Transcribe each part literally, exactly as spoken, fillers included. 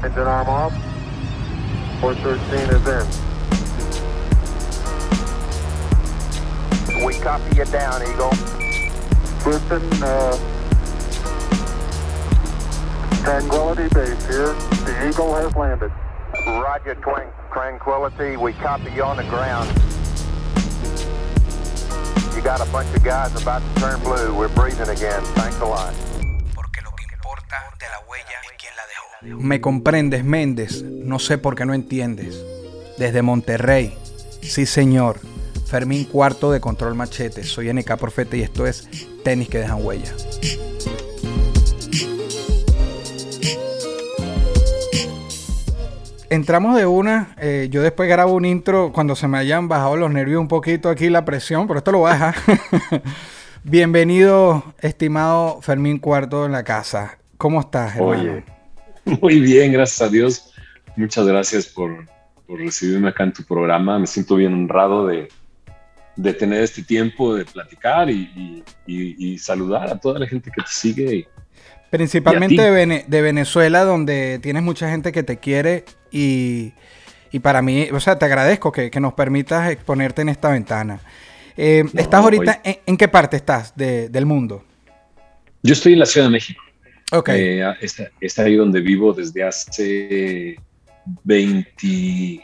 Engine arm off. four thirteen is in. We copy you down, Eagle. Houston, uh, Tranquility Base here. The Eagle has landed. Roger, Twan- Tranquility. We copy you on the ground. You got a bunch of guys about to turn blue. We're breathing again. Thanks a lot. Porque lo que importa de la huella es quién la dejó. Me comprendes, Méndez. No sé por qué no entiendes. Desde Monterrey. Sí, señor. Fermín Cuarto de Control Machete. Soy N K Profeta y esto es Tenis que Dejan Huella. Entramos de una, eh, yo después grabo un intro cuando se me hayan bajado los nervios un poquito aquí la presión, pero esto lo voy a dejar. Bienvenido, estimado Fermín Cuarto en la casa. ¿Cómo estás, hermano? Oye, muy bien, gracias a Dios. Muchas gracias por, por recibirme acá en tu programa. Me siento bien honrado de, de tener este tiempo de platicar y, y, y, y saludar a toda la gente que te sigue. Y, Principalmente de, Vene- de Venezuela, donde tienes mucha gente que te quiere y, y para mí, o sea, te agradezco que, que nos permitas exponerte en esta ventana. Eh, No, ¿Estás ahorita, oye. en, en qué parte estás de, del mundo? Yo estoy en la Ciudad de México. Ok. Eh, está, está ahí donde vivo desde hace veinte,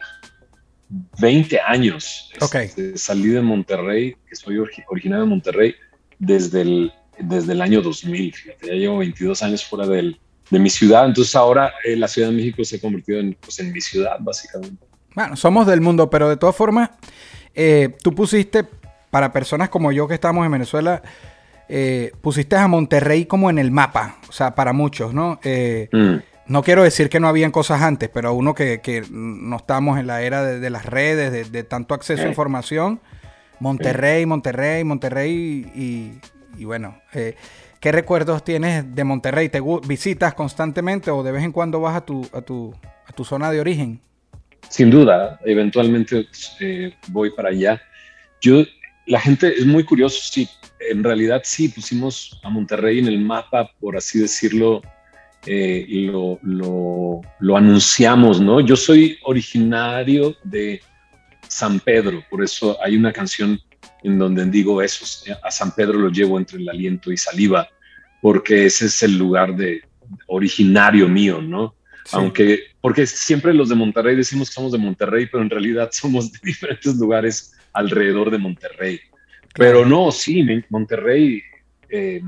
veinte años. Ok. Este, salí de Monterrey, que soy origi- originario de Monterrey, desde el, desde el año dos mil. Fíjate, ya llevo veintidós años fuera del, de mi ciudad. Entonces ahora eh, la Ciudad de México se ha convertido en, pues, en mi ciudad, básicamente. Bueno, somos del mundo, pero de todas formas, eh, tú pusiste, para personas como yo que estamos en Venezuela, eh, pusiste a Monterrey como en el mapa, o sea, para muchos, ¿no? Eh, Mm. No quiero decir que no habían cosas antes, pero a uno que, que no estamos en la era de, de las redes, de, de tanto acceso a Eh. información, Monterrey, Monterrey, Monterrey y, y, y bueno, eh, ¿qué recuerdos tienes de Monterrey? ¿Te gu- visitas constantemente o de vez en cuando vas a tu, a tu, a tu zona de origen? Sin duda, eventualmente eh, voy para allá. Yo, la gente es muy curioso, sí, en realidad sí, pusimos a Monterrey en el mapa, por así decirlo, eh, y lo, lo, lo anunciamos, ¿no? Yo soy originario de San Pedro, por eso hay una canción en donde digo eso, a San Pedro lo llevo entre el aliento y saliva, porque ese es el lugar de, originario mío, ¿no? Sí. Aunque, porque siempre los de Monterrey decimos que somos de Monterrey, pero en realidad somos de diferentes lugares alrededor de Monterrey. Claro. Pero no, sí, Monterrey eh,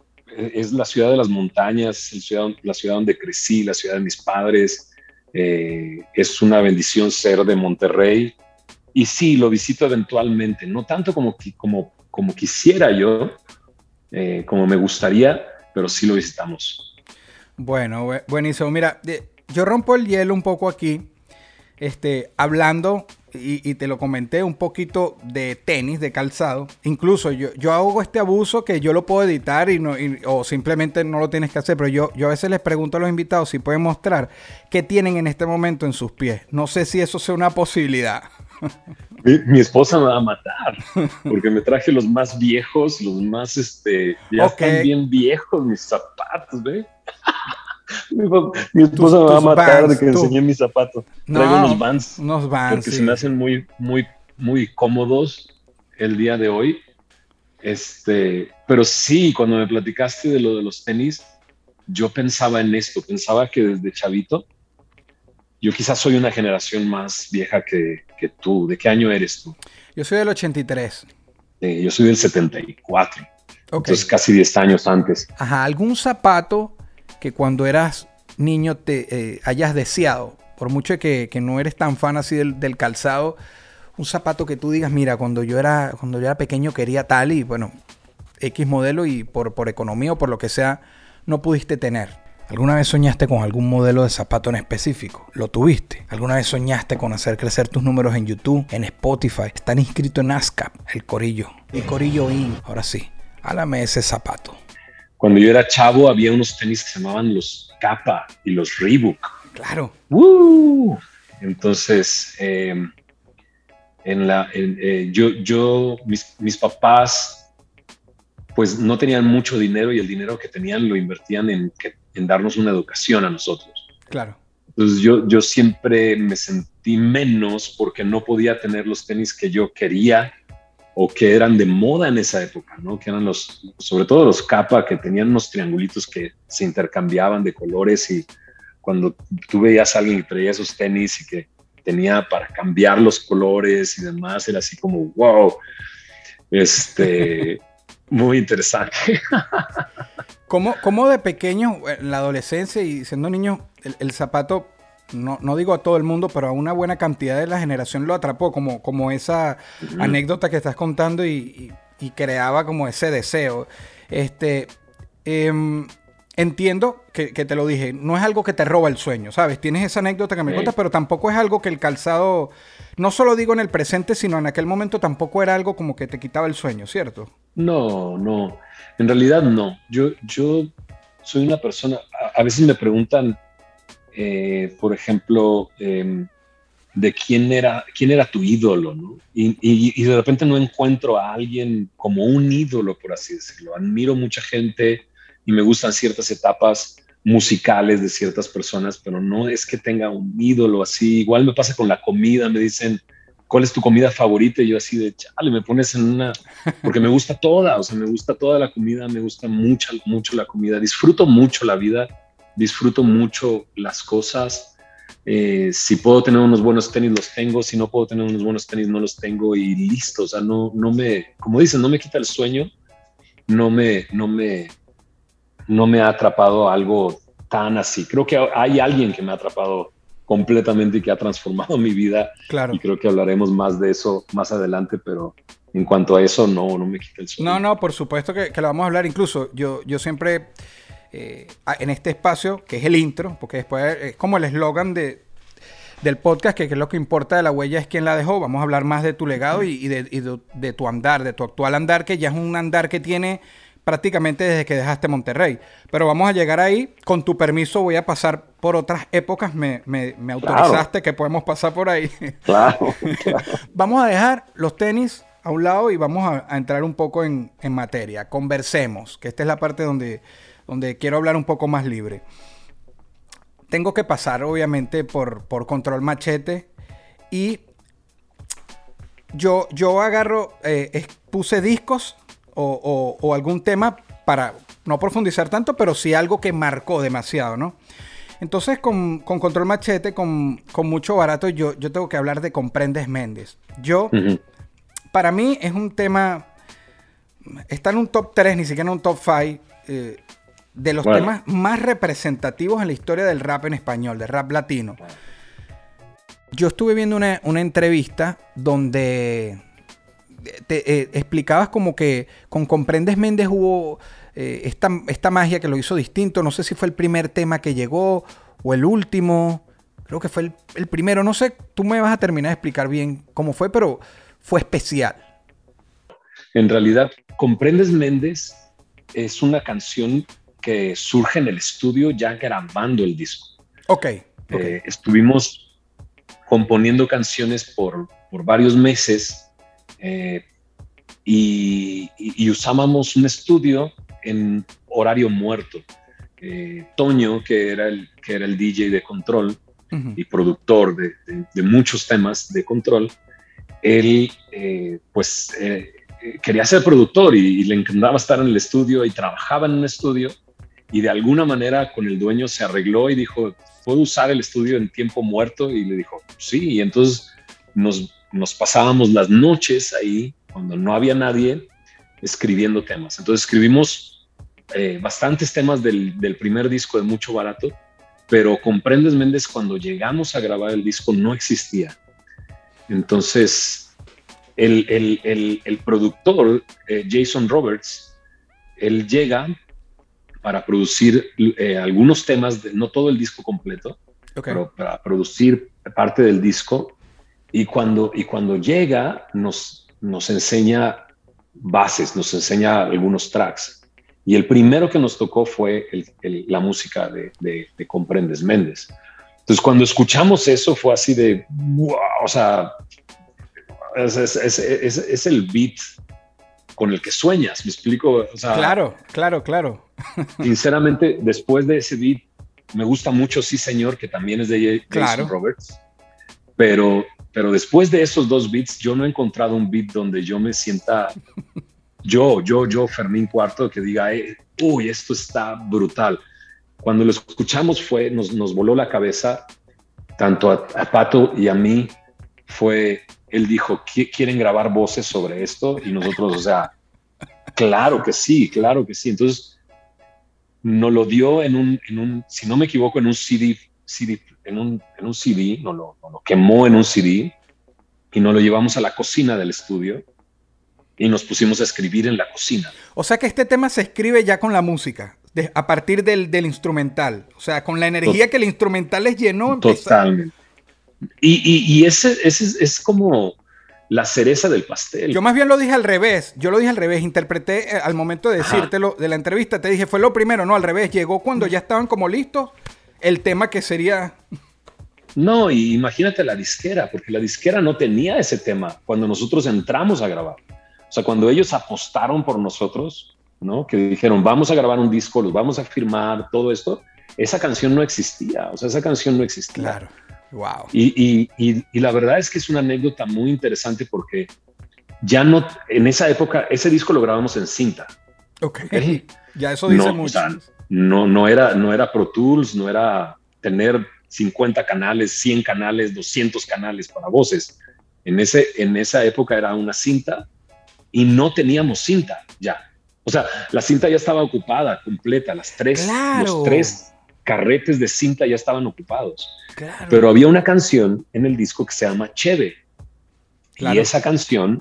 es la ciudad de las montañas, la ciudad, la ciudad donde crecí, la ciudad de mis padres. Eh, es una bendición ser de Monterrey. Y sí, lo visito eventualmente, no tanto como, como, como quisiera yo, eh, como me gustaría, pero sí lo visitamos. Bueno, bu- buenísimo. Mira, de- yo rompo el hielo un poco aquí, este, hablando, y, y te lo comenté, un poquito de tenis, de calzado. Incluso yo, yo hago este abuso que yo lo puedo editar y no, y- o simplemente no lo tienes que hacer, pero yo, yo a veces les pregunto a los invitados si pueden mostrar qué tienen en este momento en sus pies. No sé si eso sea una posibilidad. Mi, mi esposa me va a matar, porque me traje los más viejos, los más, este, ya Ok. están bien viejos mis zapatos, ¿ve? Mi, pa- mi esposa Tus- me va a tus matar Vans, de que tú. enseñé mis zapatos. No, Traigo unos Vans, unos Vans, porque sí. se me hacen muy, muy, muy cómodos el día de hoy. Este, pero sí, cuando me platicaste de lo de los tenis, yo pensaba en esto, pensaba que desde chavito, yo quizás soy una generación más vieja que, que tú. ¿De qué año eres tú? Yo soy del ochenta y tres. Eh, yo soy del setenta y cuatro, Ok. entonces casi diez años antes. Ajá, algún zapato que cuando eras niño te eh, hayas deseado, por mucho que, que no eres tan fan así del, del calzado, un zapato que tú digas, mira, cuando yo era, cuando yo era pequeño quería tal y bueno, X modelo y por, por economía o por lo que sea, no pudiste tener. ¿Alguna vez soñaste con algún modelo de zapato en específico? ¿Lo tuviste? ¿Alguna vez soñaste con hacer crecer tus números en YouTube, en Spotify? Están inscritos en ASCAP, el Corillo. El Corillo In. Ahora sí, háblame ese zapato. Cuando yo era chavo había unos tenis que se llamaban los Kappa y los Reebok. Claro. ¡Woo! Entonces, eh, en la, en, eh, yo, yo mis, mis papás pues no tenían mucho dinero y el dinero que tenían lo invertían en, que, en darnos una educación a nosotros. Claro. Entonces yo, yo siempre me sentí menos porque no podía tener los tenis que yo quería o que eran de moda en esa época, ¿no? Que eran los, sobre todo los Kappa, que tenían unos triangulitos que se intercambiaban de colores, y cuando tú veías a alguien que traía esos tenis y que tenía para cambiar los colores y demás, era así como, wow, este, muy interesante. ¿Cómo, cómo de pequeño, en la adolescencia y siendo niño, el, el zapato, no, no digo a todo el mundo, pero a una buena cantidad de la generación lo atrapó, como, como esa mm. anécdota que estás contando y, y, y creaba como ese deseo? Este, eh, entiendo que, que te lo dije, no es algo que te roba el sueño, ¿sabes? Tienes esa anécdota que me sí. cuentas, pero tampoco es algo que el calzado, no solo digo en el presente, sino en aquel momento tampoco era algo como que te quitaba el sueño, ¿cierto? No, no, en realidad no. Yo, yo soy una persona, a, a veces me preguntan, eh, por ejemplo, eh, de quién era, quién era tu ídolo, ¿no? Y, y, y de repente no encuentro a alguien como un ídolo, por así decirlo. Admiro mucha gente y me gustan ciertas etapas musicales de ciertas personas, pero no es que tenga un ídolo así. Igual me pasa con la comida, me dicen, ¿cuál es tu comida favorita? Y yo así de, chale, me pones en una... Porque me gusta toda, o sea, me gusta toda la comida, me gusta mucho, mucho la comida. Disfruto mucho la vida, disfruto mucho las cosas. Eh, si puedo tener unos buenos tenis, los tengo. Si no puedo tener unos buenos tenis, no los tengo y listo. O sea, no, no me... Como dicen, no me quita el sueño. No me... No me no me ha atrapado algo tan así. Creo que hay alguien que me ha atrapado completamente y que ha transformado mi vida. Claro. Y creo que hablaremos más de eso más adelante, pero en cuanto a eso, no, no me quita el sueño. No, no, por supuesto que, que lo vamos a hablar. Incluso yo, yo siempre, eh, en este espacio, que es el intro, porque después es como el eslogan de, del podcast, que, que es lo que importa de la huella es quién la dejó. Vamos a hablar más de tu legado y, y, de, y de, de tu andar, de tu actual andar, que ya es un andar que tiene prácticamente desde que dejaste Monterrey. Pero vamos a llegar ahí. Con tu permiso voy a pasar por otras épocas. Me, me, me autorizaste, claro, que podemos pasar por ahí. Claro, claro. Vamos a dejar los tenis a un lado y vamos a, a entrar un poco en, en materia. Conversemos, que esta es la parte donde, donde quiero hablar un poco más libre. Tengo que pasar, obviamente, por, por Control Machete. Y yo, yo agarro, eh, puse discos O, o, o algún tema para no profundizar tanto, pero sí algo que marcó demasiado, ¿no? Entonces, con, con Control Machete, con, con Mucho Barato, yo, yo tengo que hablar de Comprendes Méndez. Yo, uh-huh. para mí, es un tema... Está en un top tres, ni siquiera en un top cinco, eh, de los bueno. temas más representativos en la historia del rap en español, del rap latino. Yo estuve viendo una, una entrevista donde... Te, eh, explicabas como que con Comprendes Méndez hubo eh, esta, esta magia que lo hizo distinto. No sé si fue el primer tema que llegó o el último. Creo que fue el, el primero. No sé, tú me vas a terminar de explicar bien cómo fue, pero fue especial. En realidad, Comprendes Méndez es una canción que surge en el estudio ya grabando el disco. Ok. okay. Eh, estuvimos componiendo canciones por, por varios meses. Eh, y, y, y usábamos un estudio en horario muerto. Eh, Toño, que era, el, que era el D J de Control uh-huh. y productor de, de, de muchos temas de Control, él eh, pues eh, quería ser productor y, y le encantaba estar en el estudio y trabajaba en un estudio, y de alguna manera con el dueño se arregló y dijo, ¿puedo usar el estudio en tiempo muerto? Y le dijo, sí, y entonces nos Nos pasábamos las noches ahí, cuando no había nadie, escribiendo temas. Entonces escribimos eh, bastantes temas del, del primer disco de Mucho Barato, pero Comprendes Méndez, cuando llegamos a grabar el disco, no existía. Entonces, el, el, el, el productor, eh, Jason Roberts, él llega para producir eh, algunos temas, de, no todo el disco completo, okay. pero para producir parte del disco. Y cuando, y cuando llega, nos, nos enseña bases, nos enseña algunos tracks. Y el primero que nos tocó fue el, el, la música de, de, de Comprendes Méndez. Entonces, cuando escuchamos eso, fue así de, wow, o sea, es, es, es, es, es el beat con el que sueñas, ¿me explico? O sea, claro, claro, claro. Sinceramente, después de ese beat, me gusta mucho Sí Señor, que también es de Jason Claro. Roberts, pero, pero después de esos dos beats, yo no he encontrado un beat donde yo me sienta, yo, yo, yo, Fermín Cuarto, que diga, eh, uy, esto está brutal. Cuando lo escuchamos fue, nos, nos voló la cabeza, tanto a, a Pato y a mí, fue, él dijo, ¿quieren grabar voces sobre esto? Y nosotros, o sea, claro que sí, claro que sí. Entonces, nos lo dio en un, en un, si no me equivoco, en un C D, C D en, un, en un C D, nos lo, nos lo quemó en un C D y nos lo llevamos a la cocina del estudio y nos pusimos a escribir en la cocina. O sea que este tema se escribe ya con la música, de, a partir del, del instrumental, o sea, con la energía Tot- que el instrumental les llenó. Totalmente. Y, y, y ese, ese es, es como la cereza del pastel. Yo más bien lo dije al revés, yo lo dije al revés, interpreté eh, al momento de decírtelo Ajá. de la entrevista, te dije, fue lo primero, no, al revés, llegó cuando ya estaban como listos el tema que sería... No, y imagínate la disquera, porque la disquera no tenía ese tema cuando nosotros entramos a grabar. O sea, cuando ellos apostaron por nosotros, ¿no? Que dijeron, vamos a grabar un disco, los vamos a firmar, todo esto, esa canción no existía, o sea, esa canción no existía. Claro. Wow. Y, y, y, y la verdad es que es una anécdota muy interesante porque ya no, en esa época, ese disco lo grabamos en cinta. Ok. ¿Okay? Ya eso dice no, mucho. O sea, no, no, era, no era Pro Tools, no era tener cincuenta canales, cien canales, doscientos canales para voces. En, ese, en esa época era una cinta y no teníamos cinta ya. O sea, la cinta ya estaba ocupada, completa, las tres, claro. los tres carretes de cinta ya estaban ocupados. Claro. Pero había una canción en el disco que se llama Cheve. Claro. Y esa canción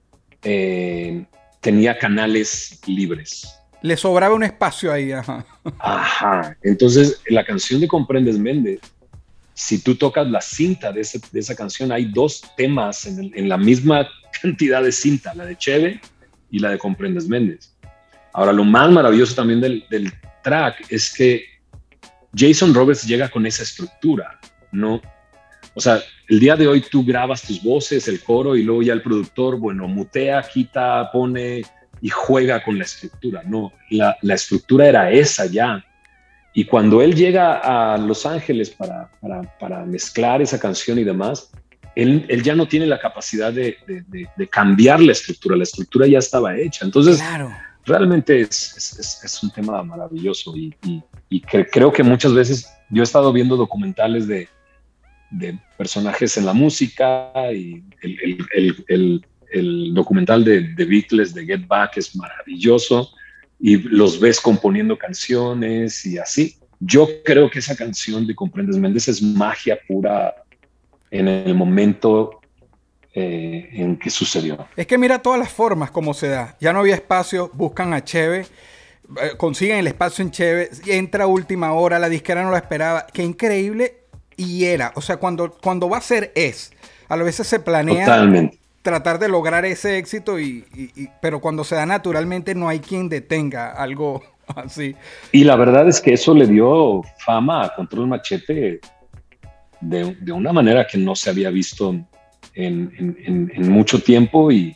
eh, tenía canales libres. Le sobraba un espacio ahí. Ajá. Ajá. Entonces, la canción de Comprendes Méndez, si tú tocas la cinta de, ese, de esa canción, hay dos temas en, el, en la misma cantidad de cinta, la de Cheve y la de Comprendes Méndez. Ahora, lo más maravilloso también del, del track es que Jason Roberts llega con esa estructura, ¿no? O sea, el día de hoy tú grabas tus voces, el coro, y luego ya el productor, bueno, mutea, quita, pone y juega con la estructura. No, la, la estructura era esa ya. Y cuando él llega a Los Ángeles para, para, para mezclar esa canción y demás, él, él ya no tiene la capacidad de, de, de, de cambiar la estructura. La estructura ya estaba hecha. Entonces, claro. realmente es, es, es un tema maravilloso y, y, y cre- creo que muchas veces yo he estado viendo documentales de, de personajes en la música y el, el, el, el, el documental de, de Beatles, de Get Back, es maravilloso y los ves componiendo canciones y así. Yo creo que esa canción de Comprendes Méndez es magia pura en el momento Eh, en qué sucedió. Es que mira todas las formas como se da. Ya no había espacio, buscan a Cheve, eh, consiguen el espacio en Cheve, entra a última hora, la disquera no lo esperaba. Qué increíble y era. O sea, cuando, cuando va a ser es. A veces se planea Totalmente. tratar de lograr ese éxito, y, y, y, pero cuando se da naturalmente no hay quien detenga algo así. Y la verdad es que eso le dio fama a Control Machete de, de una manera que no se había visto En, en, en mucho tiempo y,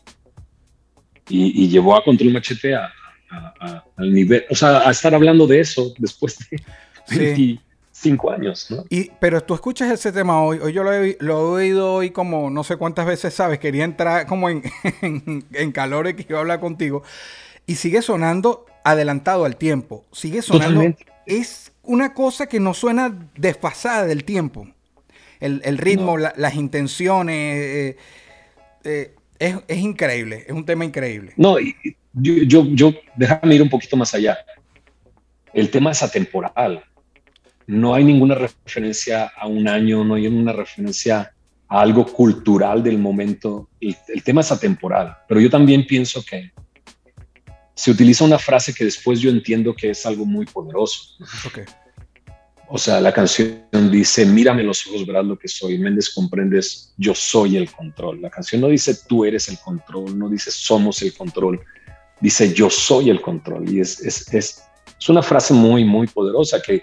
y, y llevó a Control Machete a, a, a, al nivel, o sea, a estar hablando de eso después de veinticinco sí. años, ¿no? Y, pero tú escuchas ese tema hoy, hoy yo lo he, lo he oído hoy como no sé cuántas veces, ¿sabes? Quería entrar como en, en, en calor y que iba a hablar contigo y sigue sonando adelantado al tiempo, sigue sonando, Totalmente. Es una cosa que no suena desfasada del tiempo. El, el ritmo, no. la, las intenciones, eh, eh, es, es increíble, es un tema increíble. No, yo, yo, yo, déjame ir un poquito más allá. El tema es atemporal. No hay ninguna referencia a un año, no hay ninguna referencia a algo cultural del momento. El, el tema es atemporal, pero yo también pienso que se utiliza una frase que después yo entiendo que es algo muy poderoso. Okay. O sea, la canción dice, mírame los ojos, verás lo que soy. Méndez, comprendes, yo soy el control. La canción no dice tú eres el control, no dice somos el control. Dice yo soy el control. Y es, es, es, es una frase muy, muy poderosa que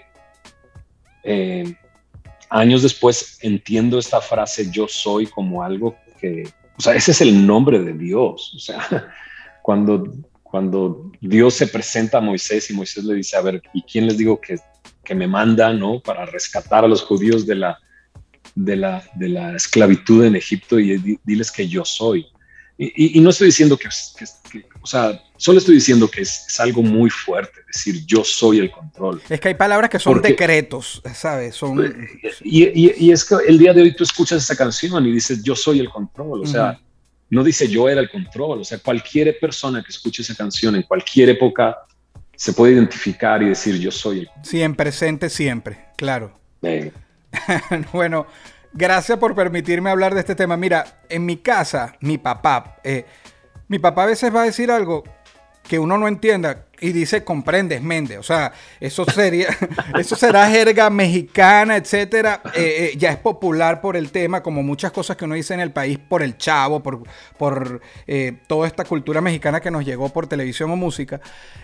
eh, años después entiendo esta frase yo soy como algo que, o sea, ese es el nombre de Dios. O sea, cuando, cuando Dios se presenta a Moisés y Moisés le dice, a ver, ¿y quién les digo que que me manda, ¿no? Para rescatar a los judíos de la, de la, de la esclavitud en Egipto y di, diles que yo soy. Y, y, y no estoy diciendo que, que, que, o sea, solo estoy diciendo que es, es algo muy fuerte, decir yo soy el control. Es que hay palabras que son Porque, decretos, ¿sabes? Son... Y, y, y es que el día de hoy tú escuchas esa canción y dices yo soy el control, o sea, uh-huh. no dice yo era el control, o sea, cualquier persona que escuche esa canción en cualquier época se puede identificar y decir yo soy el control. Sí, en presente siempre, claro. Eh. Bueno, gracias por permitirme hablar de este tema. Mira, en mi casa, mi papá, eh, mi papá a veces va a decir algo que uno no entienda y dice comprendes, Méndez. O sea, eso sería, eso será jerga mexicana, etcétera. Eh, eh, ya es popular por el tema, como muchas cosas que uno dice en el país, por el Chavo, por, por eh, toda esta cultura mexicana que nos llegó por televisión o música.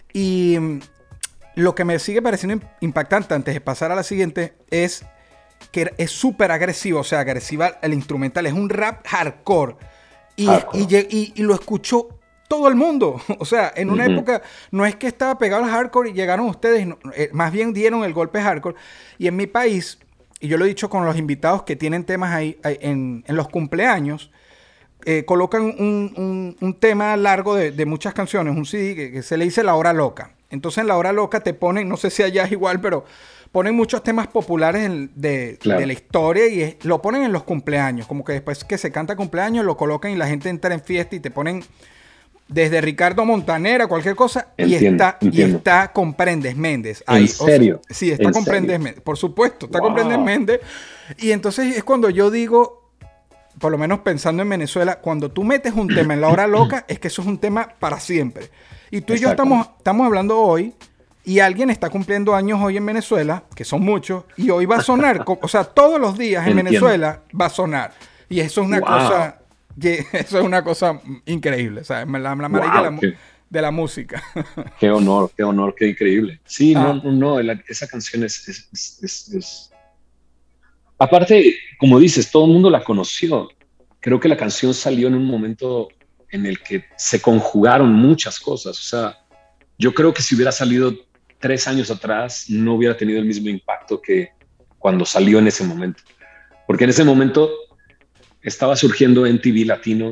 Y mm, lo que me sigue pareciendo impactante antes de pasar a la siguiente es que es súper agresivo, o sea, agresiva el instrumental, es un rap hardcore. Y, hardcore. y, y, y lo escuchó todo el mundo. O sea, en una uh-huh. época no es que estaba pegado al hardcore y llegaron ustedes, no, eh, más bien dieron el golpe hardcore. Y en mi país, y yo lo he dicho con los invitados que tienen temas ahí, en, en los cumpleaños, eh, colocan un, un, un tema largo de, de muchas canciones, un C D que, que se le dice La Hora Loca. Entonces en La Hora Loca te ponen, no sé si allá es igual, pero ponen muchos temas populares de, claro. de la historia y es, lo ponen en los cumpleaños. Como que después que se canta cumpleaños, lo colocan y la gente entra en fiesta y te ponen desde Ricardo Montaner a cualquier cosa. Entiendo, y está, entiendo. y está Comprendes Méndez. Ahí, ¿En serio? O sea, sí, está Comprendes Méndez. Por supuesto, está wow. Comprendes Méndez. Y entonces es cuando yo digo, por lo menos pensando en Venezuela, cuando tú metes un tema en La Hora Loca, es que eso es un tema para siempre. Y tú y yo estamos, estamos hablando hoy y alguien está cumpliendo años hoy en Venezuela, que son muchos, y hoy va a sonar. O sea, todos los días en Entiendo. Venezuela va a sonar. Y eso es una wow. cosa... Eso es una cosa increíble, ¿sabes? La, la maravilla wow, de, la, de la música. Qué honor, qué honor, qué increíble. Sí, ah. no, no, la, esa canción es, es, es, es, es... Aparte, como dices, todo el mundo la conoció. Creo que la canción salió en un momento en el que se conjugaron muchas cosas. O sea, yo creo que si hubiera salido tres años atrás, no hubiera tenido el mismo impacto que cuando salió en ese momento. Porque en ese momento estaba surgiendo M T V Latino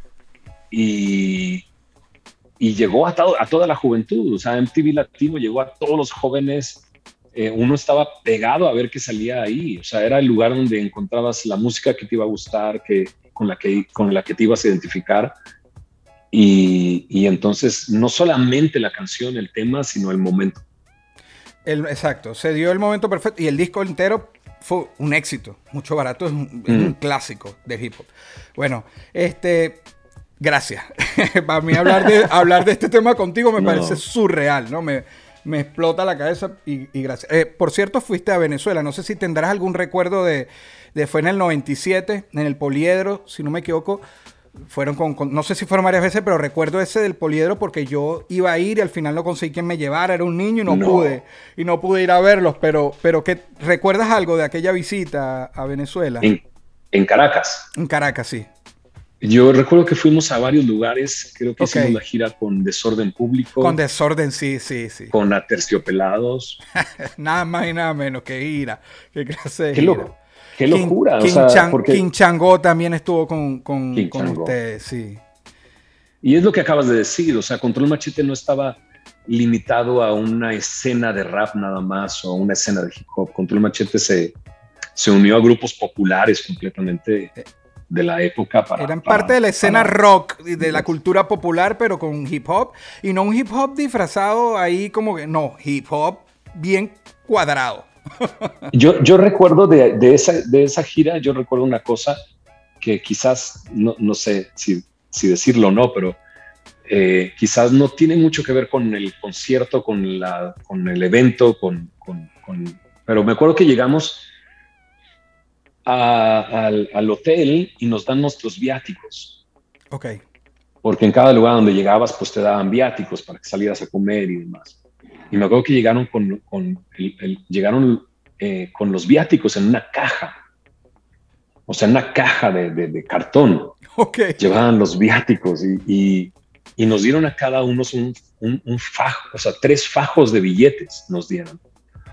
y, y llegó a, to- a toda la juventud. O sea, M T V Latino llegó a todos los jóvenes. Eh, uno estaba pegado a ver qué salía ahí. O sea, era el lugar donde encontrabas la música que te iba a gustar, que, con, la que, con la que te ibas a identificar. Y, y entonces, no solamente la canción, el tema, sino el momento. El, exacto. Se dio el momento perfecto y el disco entero fue un éxito. Mucho Barato es un, mm. es un clásico de hip hop. Bueno, este, gracias. Para mí hablar de, hablar de este tema contigo me no. parece surreal, ¿no? Me, me explota la cabeza y, y gracias. Eh, por cierto, fuiste a Venezuela. No sé si tendrás algún recuerdo de, de fue en el noventa y siete, en el Poliedro, si no me equivoco. Fueron con, con, no sé si fueron varias veces, pero recuerdo ese del Poliedro porque yo iba a ir y al final no conseguí quien me llevara, era un niño y no, no. pude y no pude ir a verlos, pero, pero ¿qué, ¿recuerdas algo de aquella visita a Venezuela? En, en Caracas. En Caracas, sí. Yo recuerdo que fuimos a varios lugares, creo que okay. hicimos la gira con Desorden Público. Con Desorden, sí, sí, sí. Con Aterciopelados. Nada más y nada menos, que gira, qué clase de Qué gira. Loco. Qué locura. King, o sea, King, Chan, porque... King Chango también estuvo con, con, con ustedes, sí. Y es lo que acabas de decir, o sea, Control Machete no estaba limitado a una escena de rap nada más o a una escena de hip hop. Control Machete se, se unió a grupos populares completamente de la época. Para, Eran para, parte de la escena para... rock, de la cultura popular, pero con hip hop. Y no un hip hop disfrazado ahí como que, no, hip hop bien cuadrado. Yo, yo recuerdo de, de, esa, de esa gira, yo recuerdo una cosa que quizás, no, no sé si, si decirlo o no, pero eh, quizás no tiene mucho que ver con el concierto, con, la, con el evento, con, con, con, pero me acuerdo que llegamos a, al, al hotel y nos dan nuestros viáticos. Ok. Porque en cada lugar donde llegabas, pues te daban viáticos para que salieras a comer y demás. Y me acuerdo que llegaron con, con, el, el, llegaron, eh, con los viáticos en una caja. O sea, en una caja de, de, de cartón. Okay. Llevaban los viáticos y, y, y nos dieron a cada uno un, un, un fajo, o sea, tres fajos de billetes nos dieron.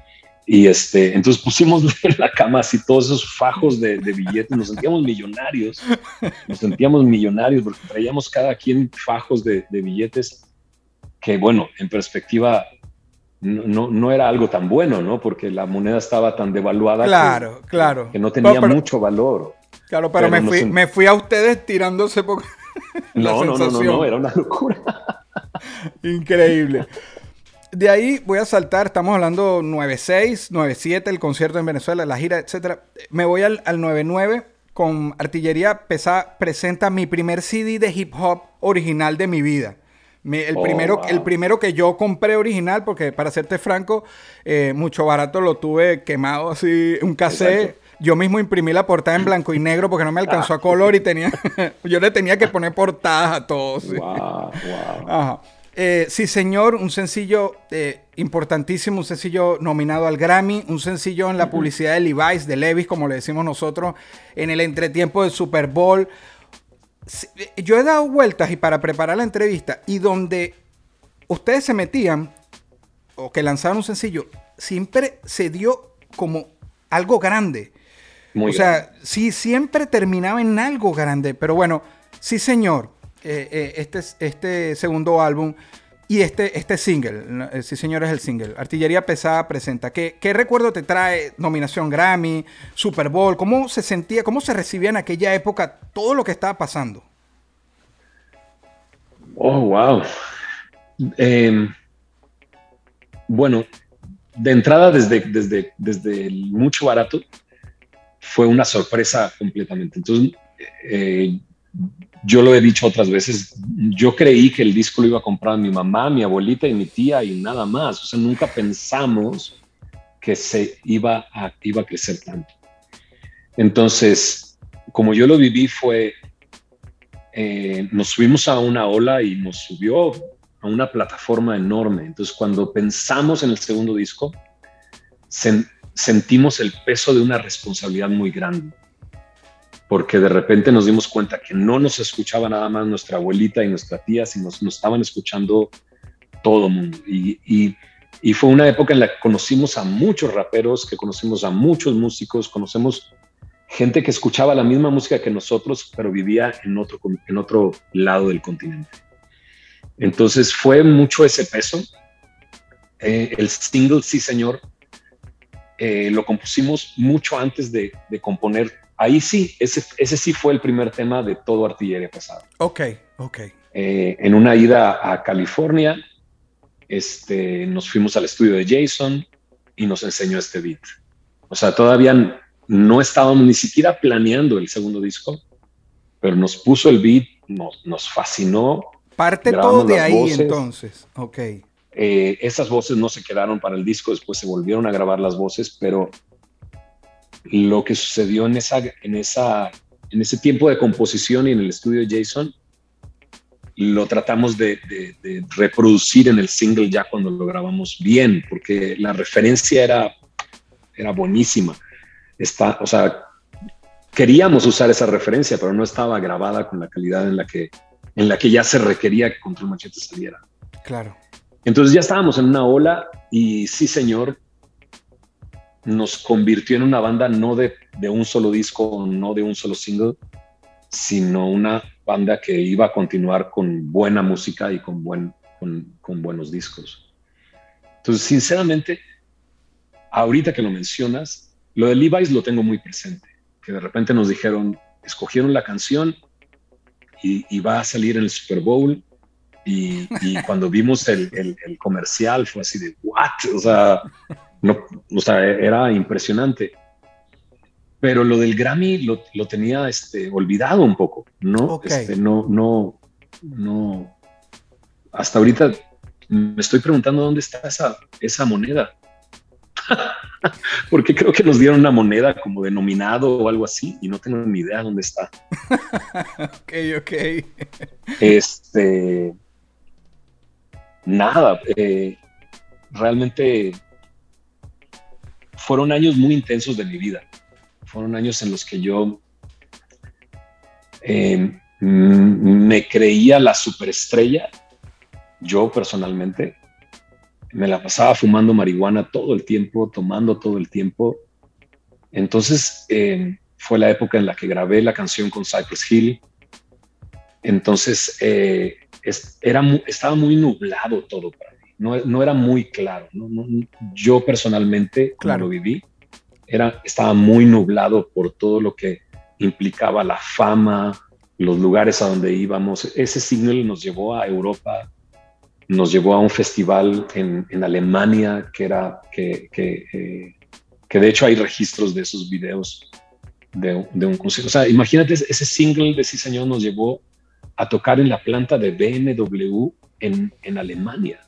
Y este, entonces pusimos en la cama así todos esos fajos de, de billetes, nos sentíamos millonarios, nos sentíamos millonarios porque traíamos cada quien fajos de, de billetes que, bueno, en perspectiva no, no, no era algo tan bueno, ¿no? Porque la moneda estaba tan devaluada claro, que, claro. que no tenía no, pero, mucho valor. Claro, pero, pero me, fui, me fui a ustedes tirándose poco. No, no, no, no, no, era una locura. Increíble. De ahí voy a saltar, estamos hablando nueve seis, nueve siete, el concierto en Venezuela, la gira, etcétera. Me voy al, al nueve nueve con Artillería Pesada, presenta mi primer C D de hip hop original de mi vida. Mi, el, oh, primero, wow. el primero que yo compré original, porque para serte franco, eh, Mucho Barato lo tuve quemado así, un cassette. Exacto. Yo mismo imprimí la portada en blanco y negro porque no me alcanzó a color y tenía, yo le tenía que poner portadas a todos. ¿sí? Wow, wow. Ajá. Eh, sí, señor, un sencillo eh, importantísimo, un sencillo nominado al Grammy, un sencillo en la uh-huh. publicidad de Levi's, de Levi's, como le decimos nosotros, en el entretiempo del Super Bowl. Yo he dado vueltas y para preparar la entrevista, y donde ustedes se metían, o que lanzaron un sencillo, siempre se dio como algo grande. Muy o grande. sea, sí, siempre terminaba en algo grande, pero bueno, sí, señor. Eh, eh, este, este segundo álbum y este, este single, eh, sí señor, es el single, Artillería Pesada presenta. ¿Qué, qué recuerdo te trae? Nominación Grammy, Super Bowl, ¿cómo se sentía, cómo se recibía en aquella época todo lo que estaba pasando? Oh, wow. Eh, bueno, de entrada desde, desde, desde el Mucho Barato fue una sorpresa completamente. Entonces, eh, yo lo he dicho otras veces, yo creí que el disco lo iba a comprar mi mamá, mi abuelita y mi tía y nada más. O sea, nunca pensamos que se iba a, iba a crecer tanto. Entonces, como yo lo viví fue, eh, nos subimos a una ola y nos subió a una plataforma enorme. Entonces, cuando pensamos en el segundo disco, sen, sentimos el peso de una responsabilidad muy grande. Porque de repente nos dimos cuenta que no nos escuchaba nada más nuestra abuelita y nuestra tía, sino nos, nos estaban escuchando todo el mundo. Y, y, y fue una época en la que conocimos a muchos raperos, que conocimos a muchos músicos, conocemos gente que escuchaba la misma música que nosotros, pero vivía en otro, en otro lado del continente. Entonces fue mucho ese peso. Eh, el single, sí señor, eh, lo compusimos mucho antes de, de componer. Ahí sí, ese, ese sí fue el primer tema de todo Artillería Pesada. Ok, ok. Eh, en una ida a California, este, nos fuimos al estudio de Jason y nos enseñó este beat. O sea, todavía no estábamos ni siquiera planeando el segundo disco, pero nos puso el beat, nos, nos fascinó. Parte todo de ahí voces. Entonces, ok. Eh, esas voces no se quedaron para el disco, después se volvieron a grabar las voces, pero lo que sucedió en, esa, en, esa, en ese tiempo de composición y en el estudio de Jason, lo tratamos de, de, de reproducir en el single ya cuando lo grabamos bien, porque la referencia era, era buenísima. Está, o sea, queríamos usar esa referencia, pero no estaba grabada con la calidad en la que, en la que ya se requería que Control Machete saliera. Claro. Entonces ya estábamos en una ola y sí, señor, nos convirtió en una banda no de, de un solo disco, no de un solo single, sino una banda que iba a continuar con buena música y con, buen, con, con buenos discos. Entonces, sinceramente, ahorita que lo mencionas, lo de Levi's lo tengo muy presente, que de repente nos dijeron, escogieron la canción y, y va a salir en el Super Bowl, y, y cuando vimos el, el, el comercial fue así de, ¿what? O sea... No, o sea, era impresionante. Pero lo del Grammy lo, lo tenía este, olvidado un poco, ¿no? Okay. Este, no, no, no. Hasta ahorita me estoy preguntando dónde está esa, esa moneda. Porque creo que nos dieron una moneda como de nominado o algo así y no tengo ni idea dónde está. Ok, ok. Este. Nada. Eh, realmente. Fueron años muy intensos de mi vida. Fueron años en los que yo eh, me creía la superestrella, yo personalmente, me la pasaba fumando marihuana todo el tiempo, tomando todo el tiempo. Entonces eh, fue la época en la que grabé la canción con Cypress Hill. Entonces eh, es, era mu- estaba muy nublado todo para mí, no, no era muy claro. ¿no? No, yo personalmente, como Claro. lo viví, era, estaba muy nublado por todo lo que implicaba la fama, los lugares a donde íbamos. Ese single nos llevó a Europa, nos llevó a un festival en, en Alemania, que era que, que, eh, que de hecho hay registros de esos videos de, de un concierto. O sea, imagínate, ese single de Sí Señor nos llevó a tocar en la planta de B M W en, en Alemania.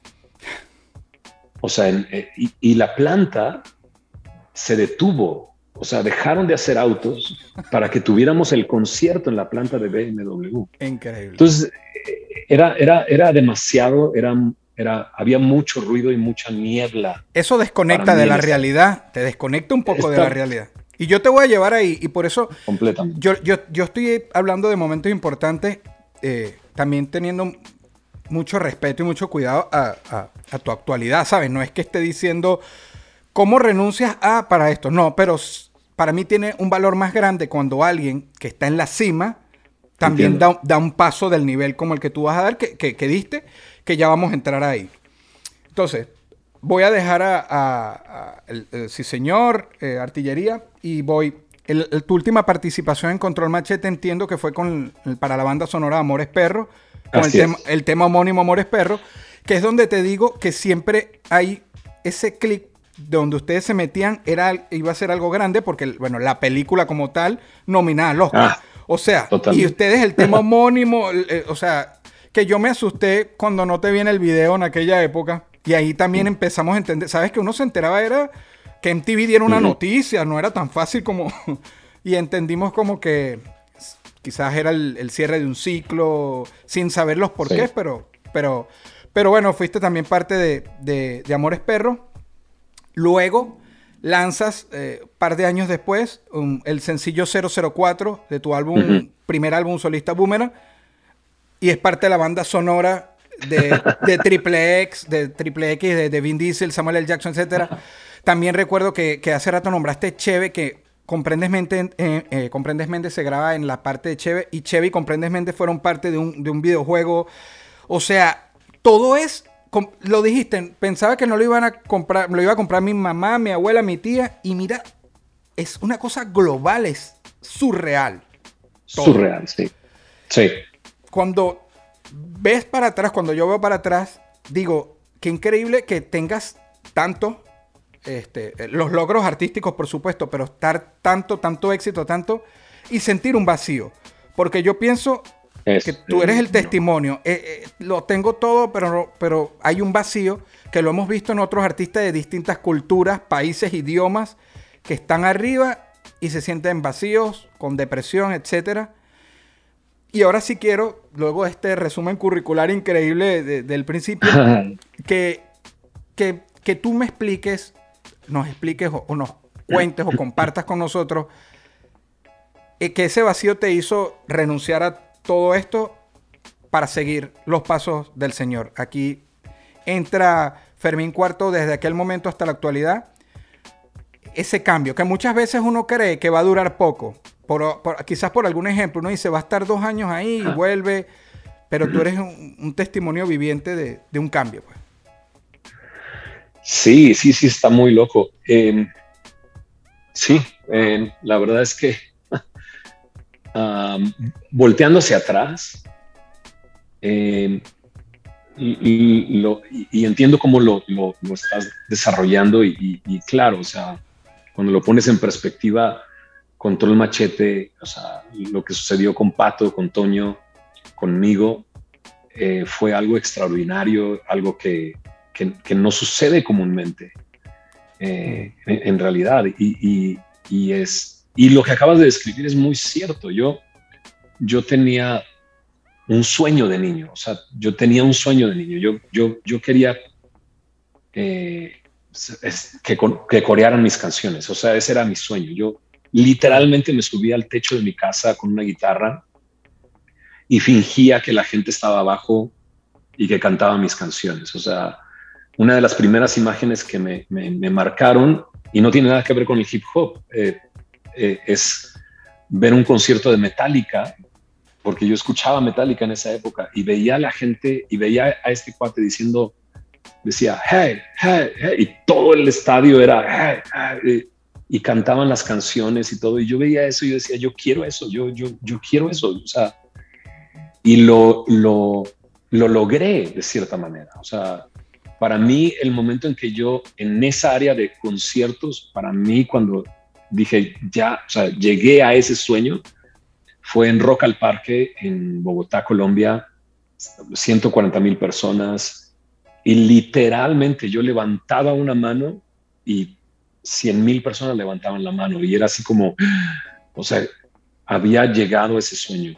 O sea, en, eh, y, y la planta se detuvo. O sea, dejaron de hacer autos para que tuviéramos el concierto en la planta de B M W. Increíble. Entonces, era, era, era demasiado, era, era, había mucho ruido y mucha niebla. Eso desconecta de la realidad, te desconecta un poco Está, de la realidad. Y yo te voy a llevar ahí, y por eso completamente. Yo, yo, yo estoy hablando de momentos importantes, eh, también teniendo mucho respeto y mucho cuidado a, a, a tu actualidad, ¿sabes? No es que esté diciendo cómo renuncias a para esto, no, pero para mí tiene un valor más grande cuando alguien que está en la cima también da, da un paso del nivel como el que tú vas a dar, que, que, que diste, que ya vamos a entrar ahí. Entonces, voy a dejar a, a, a el, el, sí señor, eh, Artillería, y voy... El, el, tu última participación en Control Machete entiendo que fue con el, para la banda sonora Amores Perros, con el tema, el tema homónimo Amores Perros, que es donde te digo que siempre hay ese clic de donde ustedes se metían, era, iba a ser algo grande, porque bueno, la película como tal nominada al Oscar. Ah, o sea, totalmente. Y ustedes el tema homónimo, eh, o sea, que yo me asusté cuando no te vi en el video en aquella época, y ahí también empezamos a entender, ¿sabes? Que uno se enteraba era que M T V diera una uh-huh. noticia, no era tan fácil como... y entendimos como que quizás era el, el cierre de un ciclo, sin saber los porqués, sí. pero, pero, pero bueno, fuiste también parte de, de, de Amores Perros. Luego lanzas, un eh, par de años después, um, el sencillo cero cero cuatro de tu álbum, uh-huh. primer álbum solista Boomerang, y es parte de la banda sonora de, de Triple X, de Triple X, de, de Vin Diesel, Samuel L. Jackson, etcétera. También recuerdo que, que hace rato nombraste Cheve, que Comprendes Mente, eh, eh, Comprendes Mente se graba en la parte de Cheve, y Cheve y Comprendes Mente fueron parte de un, de un videojuego. O sea, todo es, com, lo dijiste, pensaba que no lo iban a comprar, lo iba a comprar mi mamá, mi abuela, mi tía, y mira, es una cosa global, es surreal. Todo. Surreal, sí. Sí. Cuando ves para atrás, cuando yo veo para atrás, digo, qué increíble que tengas tanto... Este, los logros artísticos, por supuesto, pero estar tanto, tanto éxito, tanto, y sentir un vacío. Porque yo pienso es, que tú eres el testimonio. Eh, eh, lo tengo todo, pero, pero hay un vacío que lo hemos visto en otros artistas de distintas culturas, países, idiomas, que están arriba y se sienten vacíos, con depresión, etcétera. Y ahora sí quiero, luego de este resumen curricular increíble de, del principio, que, que, que tú me expliques, nos expliques o, o nos cuentes o compartas con nosotros eh, que ese vacío te hizo renunciar a todo esto para seguir los pasos del Señor. Aquí entra Fermín Cuarto desde aquel momento hasta la actualidad. Ese cambio que muchas veces uno cree que va a durar poco, por, por, quizás por algún ejemplo, uno dice va a estar dos años ahí y vuelve, pero tú eres un, un testimonio viviente de, de un cambio, pues. Sí, sí, sí, está muy loco. Eh, sí, eh, la verdad es que um, volteando hacia atrás eh, y, y, lo, y, y entiendo cómo lo, lo, lo estás desarrollando y, y, y claro, o sea, cuando lo pones en perspectiva, Control Machete, o sea, lo que sucedió con Pato, con Toño, conmigo, eh, fue algo extraordinario, algo que Que, que no sucede comúnmente eh, en, en realidad y, y, y, es, y lo que acabas de describir es muy cierto. Yo, yo tenía un sueño de niño, o sea, yo tenía un sueño de niño. Yo, yo, yo quería eh, que, que corearan mis canciones, o sea, ese era mi sueño. Yo literalmente me subía al techo de mi casa con una guitarra y fingía que la gente estaba abajo y que cantaba mis canciones, o sea, una de las primeras imágenes que me, me, me marcaron, y no tiene nada que ver con el hip hop, eh, eh, es ver un concierto de Metallica, porque yo escuchaba Metallica en esa época y veía a la gente y veía a este cuate diciendo, decía, hey, hey, hey, y todo el estadio era, hey, hey, y cantaban las canciones y todo, y yo veía eso y yo decía, yo quiero eso, yo, yo, yo quiero eso, o sea, y lo, lo, lo logré de cierta manera, o sea, para mí el momento en que yo, en esa área de conciertos, para mí cuando dije, ya, o sea, llegué a ese sueño, fue en Rock al Parque, en Bogotá, Colombia, ciento cuarenta mil personas, y literalmente yo levantaba una mano y cien mil personas levantaban la mano, y era así como, o sea, había llegado a ese sueño.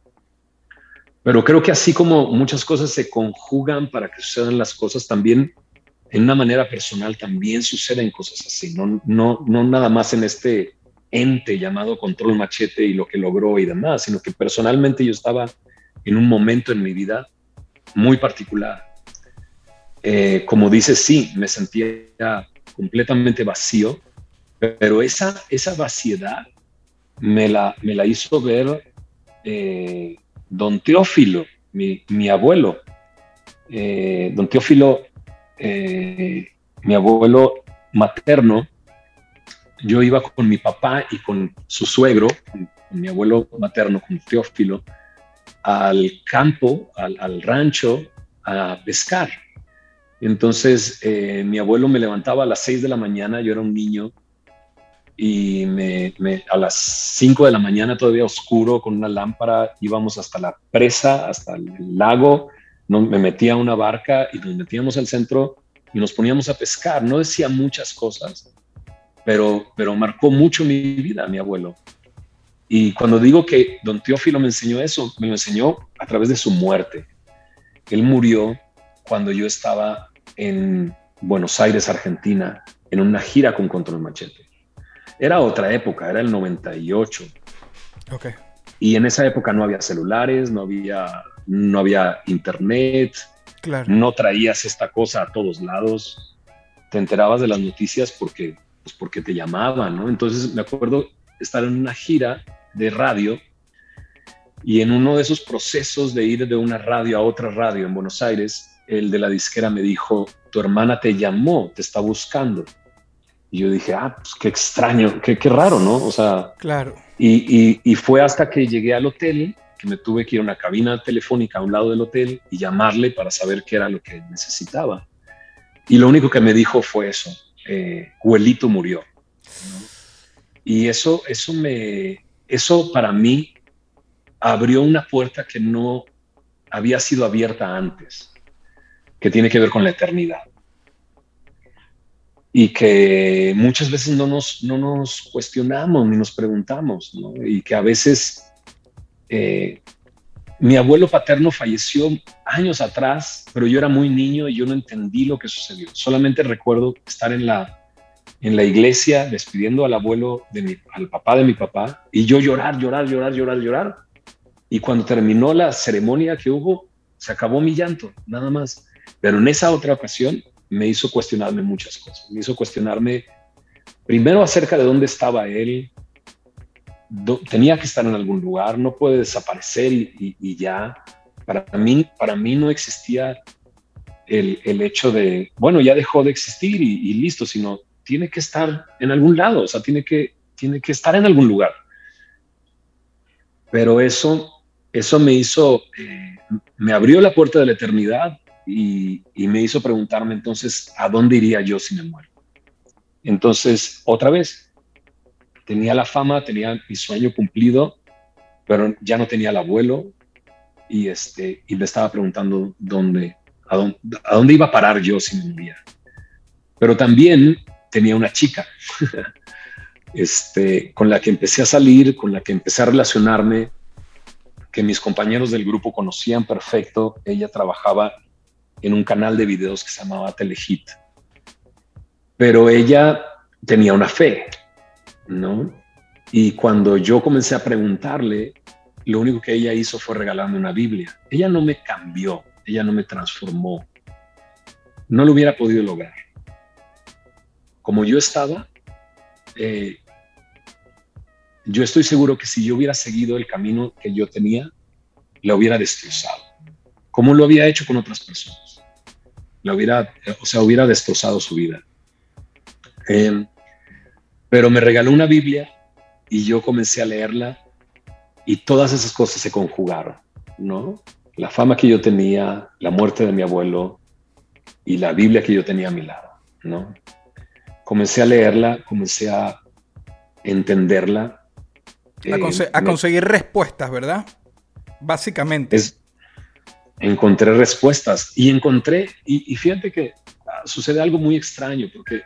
Pero creo que así como muchas cosas se conjugan para que sucedan las cosas, también en una manera personal también suceden cosas así, no, no, no nada más en este ente llamado Control Machete y lo que logró y demás, sino que personalmente yo estaba en un momento en mi vida muy particular. Eh, como dices, sí, me sentía completamente vacío, pero esa, esa vaciedad me la, me la hizo ver eh, don Teófilo, mi, mi abuelo. Eh, don Teófilo, eh, mi abuelo materno. Yo iba con mi papá y con su suegro, con, con mi abuelo materno, con Teófilo, al campo, al, al rancho, a pescar. Entonces, eh, mi abuelo me levantaba a las seis de la mañana, yo era un niño, y me, me, a las cinco de la mañana, todavía oscuro, con una lámpara, íbamos hasta la presa, hasta el lago, no, me metía a una barca y nos metíamos al centro y nos poníamos a pescar. No decía muchas cosas, Pero, pero marcó mucho mi vida, mi abuelo. Y cuando digo que don Teófilo me enseñó eso, me lo enseñó a través de su muerte. Él murió cuando yo estaba en Buenos Aires, Argentina, en una gira con Control Machete. Era otra época, era el noventa y ocho. Okay. Y en esa época no había celulares, no había, no había internet, claro. No traías esta cosa a todos lados. Te enterabas de las noticias porque... pues porque te llamaban, ¿no? Entonces me acuerdo estar en una gira de radio y en uno de esos procesos de ir de una radio a otra radio en Buenos Aires, el de la disquera me dijo, tu hermana te llamó, te está buscando. Y yo dije, ah, pues qué extraño, qué, qué raro, ¿no? O sea, claro. Y, y, y fue hasta que llegué al hotel que me tuve que ir a una cabina telefónica a un lado del hotel y llamarle para saber qué era lo que necesitaba. Y lo único que me dijo fue eso. Eh, Huelito murió, ¿no? Y eso, eso, me, eso para mí abrió una puerta que no había sido abierta antes, que tiene que ver con la eternidad. Y que muchas veces no nos, no nos cuestionamos ni nos preguntamos, ¿no? Y que a veces eh, mi abuelo paterno falleció años atrás, pero yo era muy niño y yo no entendí lo que sucedió. Solamente recuerdo estar en la, en la iglesia despidiendo al abuelo, de mi, al papá de mi papá, y yo llorar, llorar, llorar, llorar, llorar. Y cuando terminó la ceremonia que hubo, se acabó mi llanto, nada más. Pero en esa otra ocasión me hizo cuestionarme muchas cosas. Me hizo cuestionarme primero acerca de dónde estaba él. Do, tenía que estar en algún lugar, no puede desaparecer y, y, y ya. Para mí, para mí no existía el, el hecho de, bueno, ya dejó de existir y, y listo, sino tiene que estar en algún lado, o sea, tiene que, tiene que estar en algún lugar. Pero eso, eso me hizo, eh, me abrió la puerta de la eternidad y, y me hizo preguntarme entonces, ¿a dónde iría yo si me muero? Entonces, otra vez, tenía la fama, tenía mi sueño cumplido, pero ya no tenía el abuelo y, este, y me estaba preguntando dónde, a, dónde, a dónde iba a parar yo si me moría. Pero también tenía una chica este, con la que empecé a salir, con la que empecé a relacionarme, que mis compañeros del grupo conocían perfecto. Ella trabajaba en un canal de videos que se llamaba Telehit. Pero ella tenía una fe, ¿no? Y cuando yo comencé a preguntarle, lo único que ella hizo fue regalarme una Biblia. Ella no me cambió, ella no me transformó. no lo hubiera podido lograr. Como yo estaba, eh, yo estoy seguro que si yo hubiera seguido el camino que yo tenía, la hubiera destrozado. Como lo había hecho con otras personas. La hubiera, o sea, hubiera destrozado su vida. Eh, pero me regaló una Biblia y yo comencé a leerla y todas esas cosas se conjugaron, ¿no? La fama que yo tenía, la muerte de mi abuelo y la Biblia que yo tenía a mi lado, ¿no? Comencé a leerla, comencé a entenderla. A, conse- eh, a me- conseguir respuestas, ¿verdad? Básicamente. es, encontré respuestas y encontré, y, y fíjate que ah, sucede algo muy extraño porque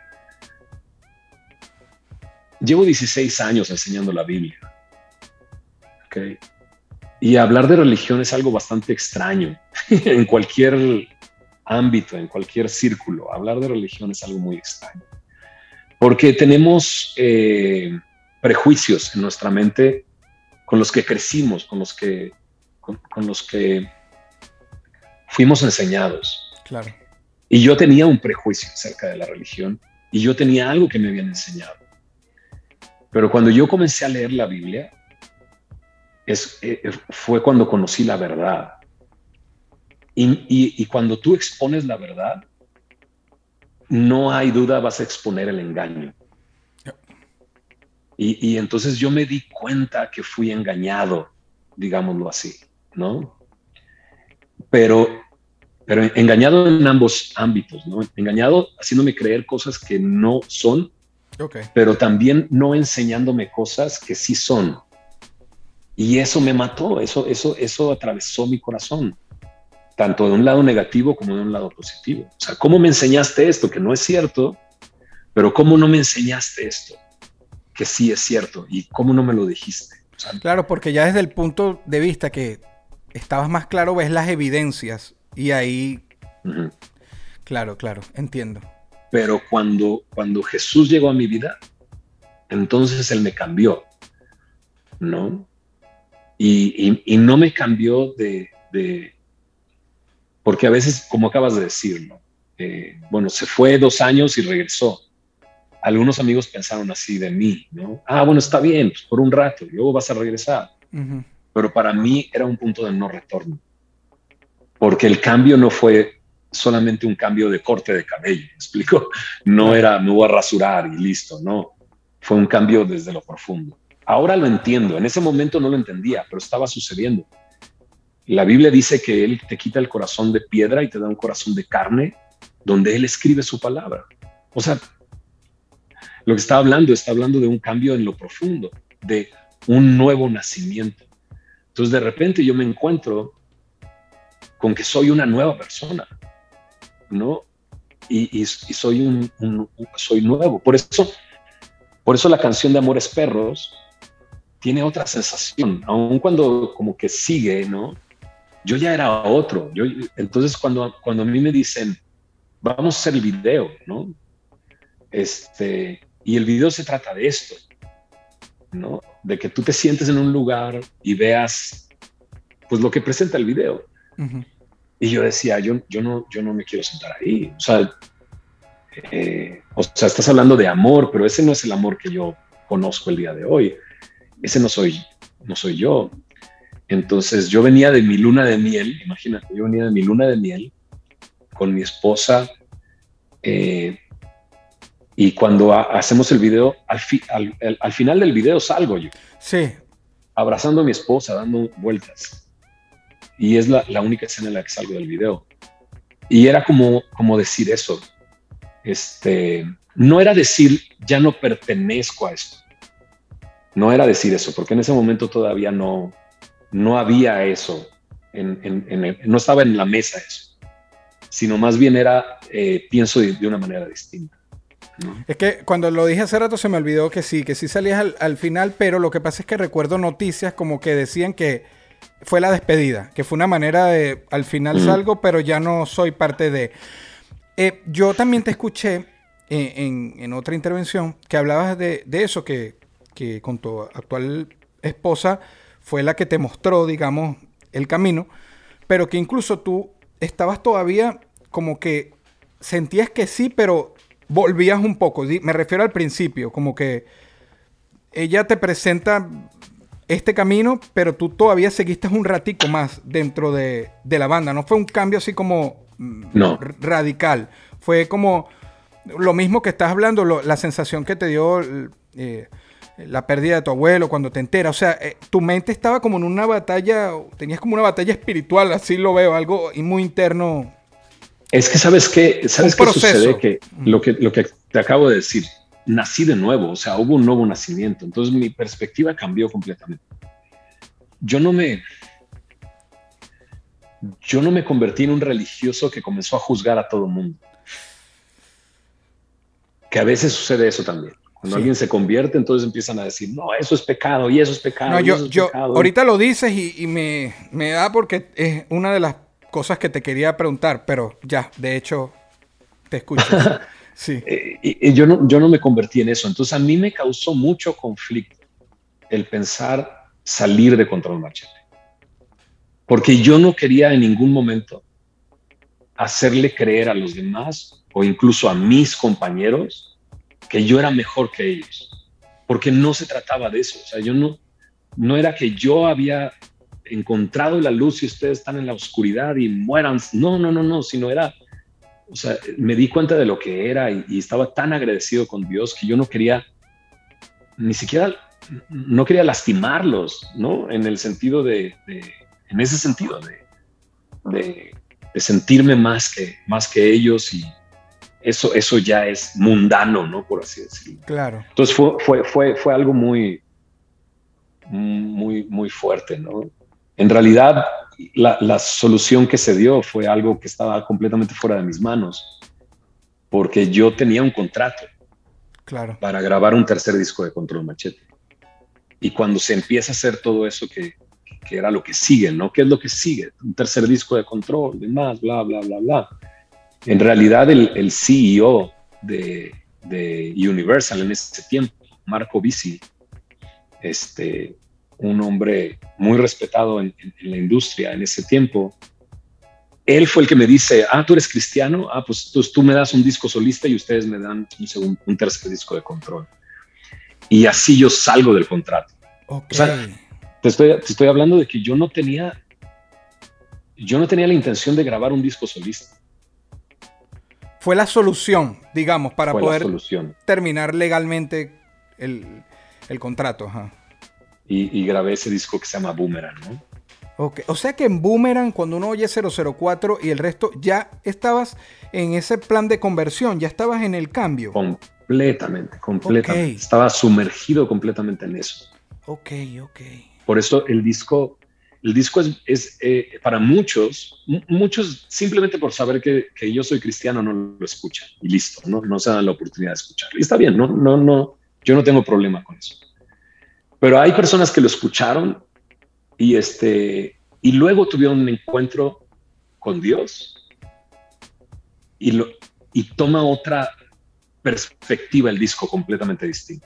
llevo dieciséis años enseñando la Biblia, ¿ok? Y hablar de religión es algo bastante extraño en cualquier ámbito, en cualquier círculo. Hablar de religión es algo muy extraño porque tenemos eh, prejuicios en nuestra mente con los que crecimos, con los que, con, con los que fuimos enseñados. Claro. Y yo tenía un prejuicio acerca de la religión y yo tenía algo que me habían enseñado. Pero cuando yo comencé a leer la Biblia, es, eh, fue cuando conocí la verdad. Y, y, y cuando tú expones la verdad, no hay duda, vas a exponer el engaño. Y, y entonces yo me di cuenta que fui engañado, digámoslo así, ¿no? Pero, pero engañado en ambos ámbitos, ¿no? Engañado haciéndome creer cosas que no son, Okay. pero también no enseñándome cosas que sí son. Y eso me mató, eso, eso, eso atravesó mi corazón, tanto de un lado negativo como de un lado positivo. O sea, ¿cómo me enseñaste esto que no es cierto? Pero ¿cómo no me enseñaste esto que sí es cierto? ¿Y cómo no me lo dijiste? O sea, Claro, porque ya desde el punto de vista que estabas más claro, ves las evidencias y ahí, uh-huh. claro, claro, entiendo. Pero cuando, cuando Jesús llegó a mi vida, entonces Él me cambió, ¿no? Y, y, y no me cambió de, de... Porque a veces, como acabas de decir, ¿no? Eh, bueno, se fue dos años y regresó. Algunos amigos pensaron así de mí, ¿no? Ah, bueno, está bien, pues por un rato, luego vas a regresar. Uh-huh. Pero para mí era un punto de no retorno. Porque el cambio no fue solamente un cambio de corte de cabello, ¿me explico? No era, me voy a rasurar y listo, no. Fue un cambio desde lo profundo. Ahora lo entiendo, en ese momento no lo entendía, pero estaba sucediendo. La Biblia dice que Él te quita el corazón de piedra y te da un corazón de carne, donde Él escribe su palabra. O sea, lo que está hablando, está hablando de un cambio en lo profundo, de un nuevo nacimiento. Entonces, de repente yo me encuentro con que soy una nueva persona, ¿no? Y, y, y soy, un, un, soy nuevo. Por eso, por eso la canción de Amores Perros tiene otra sensación, aun cuando como que sigue, ¿no? Yo ya era otro. Yo, entonces, cuando, cuando a mí me dicen, vamos a hacer el video, ¿no? Este, y el video se trata de esto, ¿no? De que tú te sientes en un lugar y veas, pues, lo que presenta el video. Uh-huh. Y yo decía, yo, yo, no, yo no me quiero sentar ahí. O sea, eh, o sea, estás hablando de amor, pero ese no es el amor que yo conozco el día de hoy. Ese no soy, no soy yo. Entonces yo venía de mi luna de miel, imagínate, yo venía de mi luna de miel con mi esposa eh, y cuando ha, hacemos el video, al, fi, al, al, al final del video salgo yo. Sí. Abrazando a mi esposa, dando vueltas. Y es la, la única escena en la que salgo del video. Y era como, como decir eso. Este, no era decir, ya no pertenezco a esto. No era decir eso, porque en ese momento todavía no, no había eso. En, en, en el, no estaba en la mesa eso. Sino más bien era, eh, pienso de, de una manera distinta, ¿no? Es que cuando lo dije hace rato se me olvidó que sí, que sí salías al, al final, pero lo que pasa es que recuerdo noticias como que decían que fue la despedida, que fue una manera de, al final mm. salgo, pero ya no soy parte de... Eh, yo también te escuché eh, en, en otra intervención que hablabas de, de eso, que, que con tu actual esposa fue la que te mostró, digamos, el camino, pero que incluso tú estabas todavía como que sentías que sí, pero volvías un poco. Me refiero al principio, como que ella te presenta este camino, pero tú todavía seguiste un ratico más dentro de, de la banda. No fue un cambio así como no. radical. Fue como lo mismo que estás hablando, lo, la sensación que te dio eh, la pérdida de tu abuelo cuando te enteras. O sea, eh, tu mente estaba como en una batalla, tenías como una batalla espiritual, así lo veo, algo muy interno. Es que sabes qué, sabes qué sucede, que lo que lo que te acabo de decir, nací de nuevo, o sea, hubo un nuevo nacimiento, entonces mi perspectiva cambió completamente. Yo no me yo no me convertí en un religioso que comenzó a juzgar a todo el mundo. Que a veces sucede eso también. Cuando sí. alguien se convierte, entonces empiezan a decir, no, eso es pecado, y eso es pecado, no, y yo, eso es yo, pecado. Ahorita lo dices y, y me, me da porque es una de las cosas que te quería preguntar, pero ya, de hecho, te escucho. Sí. y, y yo, no, yo no me convertí en eso. Entonces a mí me causó mucho conflicto el pensar salir de Control Machete. Porque yo no quería en ningún momento hacerle creer a los demás o incluso a mis compañeros que yo era mejor que ellos. Porque no se trataba de eso. O sea, yo no, no era que yo había encontrado la luz y ustedes están en la oscuridad y mueran. No, no, no, no, sino era... O sea, me di cuenta de lo que era y, y estaba tan agradecido con Dios que yo no quería, ni siquiera, no quería lastimarlos, ¿no? En el sentido de, de en ese sentido, de, de, de sentirme más que, más que ellos y eso, eso ya es mundano, ¿no? Por así decirlo. Claro. Entonces fue, fue, fue, fue algo muy, muy, muy fuerte, ¿no? En realidad, la, la solución que se dio fue algo que estaba completamente fuera de mis manos, porque yo tenía un contrato claro. para grabar un tercer disco de Control Machete. Y cuando se empieza a hacer todo eso que, que era lo que sigue, ¿no? ¿Qué es lo que sigue? Un tercer disco de Control, demás, bla, bla, bla, bla. En realidad, el, el C E O de, de Universal en ese tiempo, Marco Bisi, este... un hombre muy respetado en, en, en la industria en ese tiempo, él fue el que me dice, ah, ¿tú eres cristiano? Ah, pues tú, tú me das un disco solista y ustedes me dan un, segundo, un tercer disco de Control. Y así yo salgo del contrato. Okay. O sea, te estoy, te estoy hablando de que yo no tenía, yo no tenía la intención de grabar un disco solista. Fue la solución, digamos, para fue poder solución. terminar legalmente el, el contrato. Ajá. Y, y grabé ese disco que se llama Boomerang, ¿no? Okay. O sea que en Boomerang, cuando uno oye cero cero cuatro y el resto, ya estabas en ese plan de conversión, ya estabas en el cambio. Completamente, completamente. Okay. Estaba sumergido completamente en eso. Ok, ok. Por eso el disco, el disco es, es eh, para muchos, m- muchos simplemente por saber que, que yo soy cristiano no lo escuchan y listo, ¿no? No se dan la oportunidad de escucharlo. Y está bien, no, no, no, yo no tengo problema con eso. Pero hay personas que lo escucharon y, este, y luego tuvieron un encuentro con Dios y, lo, y toma otra perspectiva el disco completamente distinto.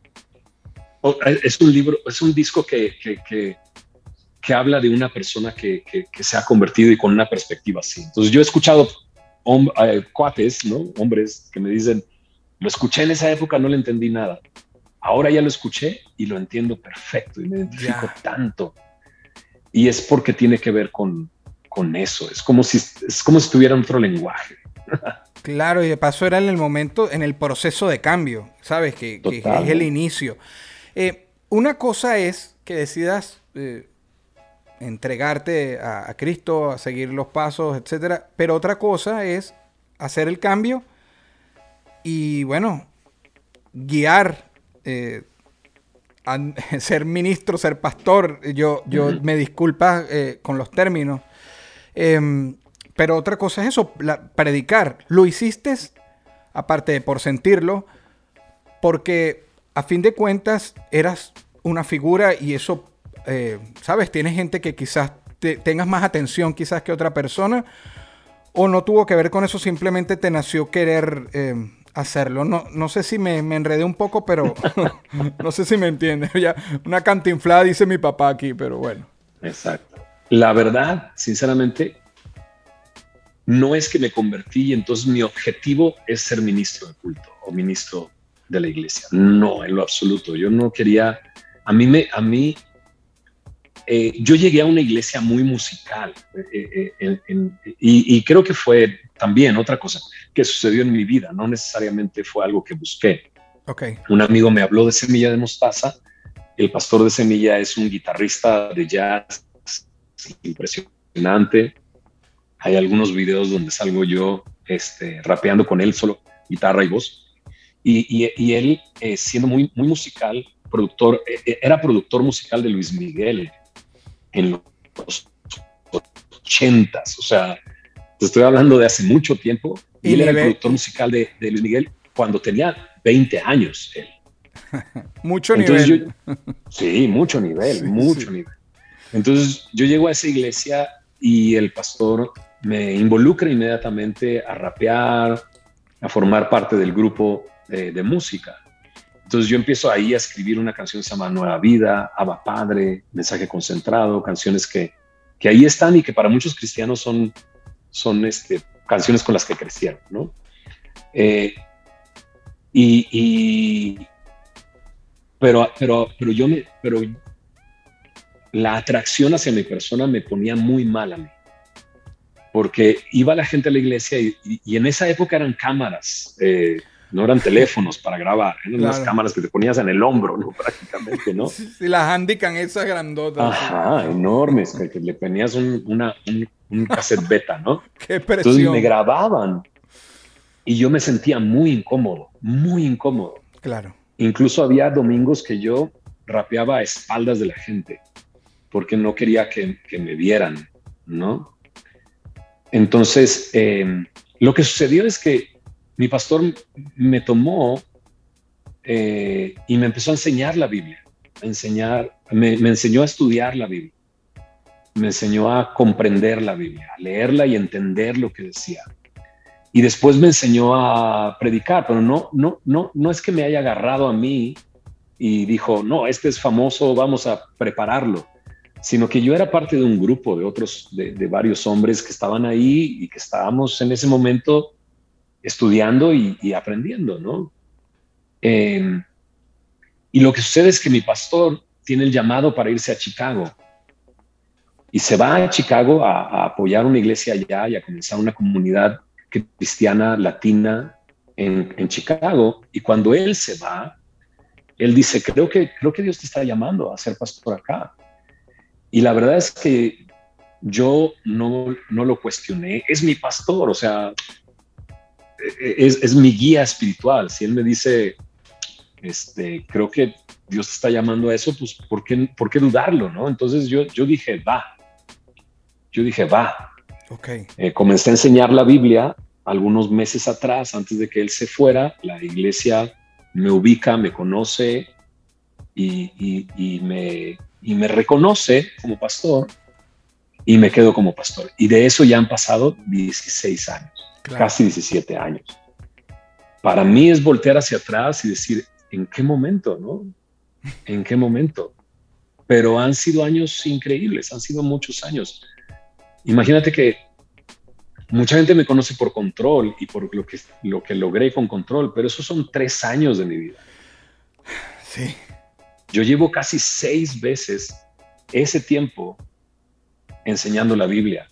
Es un libro, es un disco que, que, que, que habla de una persona que, que, que se ha convertido y con una perspectiva así. Entonces yo he escuchado hom- eh, cuates, ¿no? Hombres que me dicen, lo escuché en esa época, no le entendí nada. Ahora ya lo escuché y lo entiendo perfecto y me identifico yeah. tanto. Y es porque tiene que ver con, con eso. Es como si, es como si tuviera otro lenguaje. Claro, y de paso era en el momento, en el proceso de cambio, ¿sabes? Que, que es el inicio. Eh, una cosa es que decidas eh, entregarte a, a Cristo, a seguir los pasos, etcétera. Pero otra cosa es hacer el cambio y, bueno, guiar. Eh, a ser ministro, ser pastor, yo, yo uh-huh. me disculpa eh, con los términos, eh, pero otra cosa es eso, la, predicar. Lo hiciste, aparte de por sentirlo, porque a fin de cuentas eras una figura y eso, eh, ¿sabes? Tienes gente que quizás te, tengas más atención quizás que otra persona, o no tuvo que ver con eso, simplemente te nació querer... Eh, hacerlo. No, no sé si me, me enredé un poco, pero no sé si me entiendes. Ya, una cantinflada dice mi papá aquí, pero bueno. Exacto. La verdad, sinceramente, no es que me convertí y entonces mi objetivo es ser ministro de culto o ministro de la iglesia. No, en lo absoluto. Yo no quería, a mí, me, a mí eh, yo llegué a una iglesia muy musical eh, eh, en, en, y, y creo que fue también otra cosa que sucedió en mi vida, no necesariamente fue algo que busqué. Okay. Un amigo me habló de Semilla de Mostaza. El pastor de Semilla es un guitarrista de jazz impresionante. Hay algunos videos donde salgo yo este, rapeando con él, solo guitarra y voz. Y, y, y él, eh, siendo muy, muy musical, productor, eh, era productor musical de Luis Miguel en los ochentas. O sea, te estoy hablando de hace mucho tiempo. Y, y él era el productor musical de, de Luis Miguel cuando tenía veinte años. Él. Mucho Entonces nivel. Yo, sí, mucho nivel, sí, mucho sí. nivel. Entonces yo llego a esa iglesia y el pastor me involucra inmediatamente a rapear, a formar parte del grupo de, de música. Entonces yo empiezo ahí a escribir una canción que se llama Nueva Vida, Abba Padre, Mensaje Concentrado, canciones que, que ahí están y que para muchos cristianos son, son este, canciones con las que crecieron, ¿no? Eh, y, y pero, pero, pero yo me, pero la atracción hacia mi persona me ponía muy mal a mí, porque iba la gente a la iglesia y, y, y en esa época eran cámaras, eh, no eran teléfonos para grabar, eran claro. unas cámaras que te ponías en el hombro, ¿no? Prácticamente, ¿no? Sí, sí, las Handycam esas grandotas. Ajá, sí. enormes, que, que le ponías un, una, un, un cassette beta, ¿no? Qué presión. Entonces me grababan y yo me sentía muy incómodo, muy incómodo. Claro. Incluso había domingos que yo rapeaba a espaldas de la gente porque no quería que, que me vieran, ¿no? Entonces, eh, lo que sucedió es que mi pastor me tomó eh, y me empezó a enseñar la Biblia, a enseñar, me, me enseñó a estudiar la Biblia, me enseñó a comprender la Biblia, a leerla y entender lo que decía. Y después me enseñó a predicar, pero no, no, no, no es que me haya agarrado a mí y dijo, no, este es famoso, vamos a prepararlo, sino que yo era parte de un grupo de otros, de, de varios hombres que estaban ahí y que estábamos en ese momento estudiando y, y aprendiendo, ¿no? Eh, y lo que sucede es que mi pastor tiene el llamado para irse a Chicago y se va a Chicago a, a apoyar una iglesia allá y a comenzar una comunidad cristiana latina en, en Chicago. Y cuando él se va, él dice, creo que, creo que Dios te está llamando a ser pastor acá. Y la verdad es que yo no, no lo cuestioné. Es mi pastor, o sea, es, es mi guía espiritual. Si él me dice, este, creo que Dios te está llamando a eso, pues ¿por qué, por qué dudarlo, no? Entonces yo, yo dije, va. Yo dije, va. Okay. Eh, comencé a enseñar la Biblia algunos meses atrás, antes de que él se fuera. La iglesia me ubica, me conoce y, y, y, me, y me reconoce como pastor y me quedo como pastor. Y de eso ya han pasado dieciséis años, claro. Casi diecisiete años. Para mí es voltear hacia atrás y decir, ¿en qué momento, no? ¿En qué momento? Pero han sido años increíbles, han sido muchos años. Imagínate que mucha gente me conoce por Control y por lo que, lo que logré con Control, pero esos son tres años de mi vida. Sí. Yo llevo casi seis veces ese tiempo enseñando la Biblia.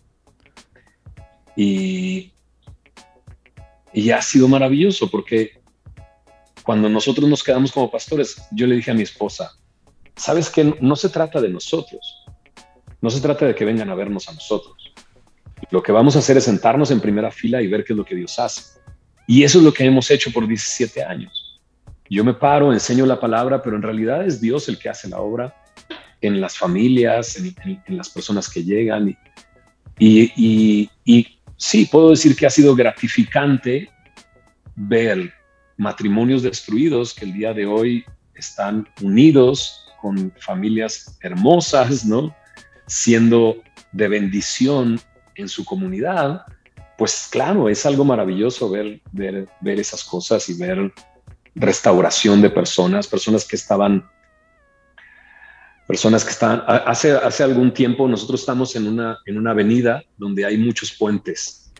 Y, y ha sido maravilloso porque cuando nosotros nos quedamos como pastores, yo le dije a mi esposa, ¿sabes qué? No se trata de nosotros. No se trata de que vengan a vernos a nosotros. Lo que vamos a hacer es sentarnos en primera fila y ver qué es lo que Dios hace. Y eso es lo que hemos hecho por diecisiete años. Yo me paro, enseño la palabra, pero en realidad es Dios el que hace la obra en las familias, en, en, en las personas que llegan. Y, y, y, y sí, puedo decir que ha sido gratificante ver matrimonios destruidos que el día de hoy están unidos con familias hermosas, ¿no? Siendo de bendición en su comunidad. Pues claro, es algo maravilloso ver, ver, ver esas cosas y ver restauración de personas, personas que estaban, personas que están, hace, hace algún tiempo nosotros estamos en una, en una avenida donde hay muchos puentes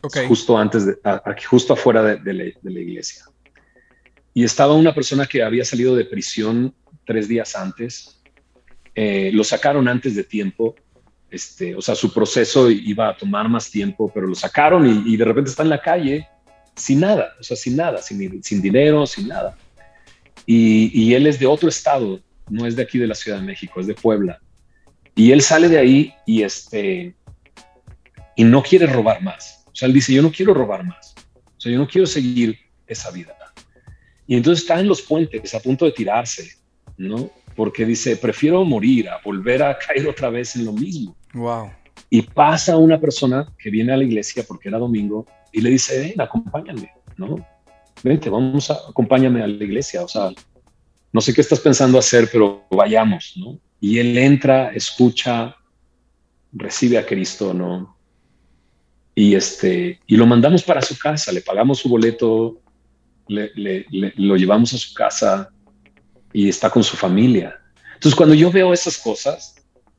Okay. Justo antes, de, a, a, justo afuera de, de, la, de la iglesia. Y estaba una persona que había salido de prisión tres días antes. Eh, lo sacaron antes de tiempo. Este, o sea, su proceso iba a tomar más tiempo, pero lo sacaron y, y de repente está en la calle sin nada, o sea, sin nada, sin, sin dinero, sin nada. Y, y él es de otro estado, no es de aquí de la Ciudad de México, es de Puebla. Y él sale de ahí y, este, y no quiere robar más. O sea, él dice, yo no quiero robar más. O sea, yo no quiero seguir esa vida. Y entonces está en los puentes a punto de tirarse, ¿no? Porque dice, prefiero morir a volver a caer otra vez en lo mismo. Wow. Y pasa una persona que viene a la iglesia porque era domingo y le dice, ven, acompáñame, ¿no? Vente, vamos a, acompáñame a la iglesia. O sea, no sé qué estás pensando hacer, pero vayamos, ¿no? Y él entra, escucha, recibe a Cristo, ¿no? Y, este, y lo mandamos para su casa, le pagamos su boleto, le, le, le, lo llevamos a su casa y está con su familia. Entonces, cuando yo veo esas cosas,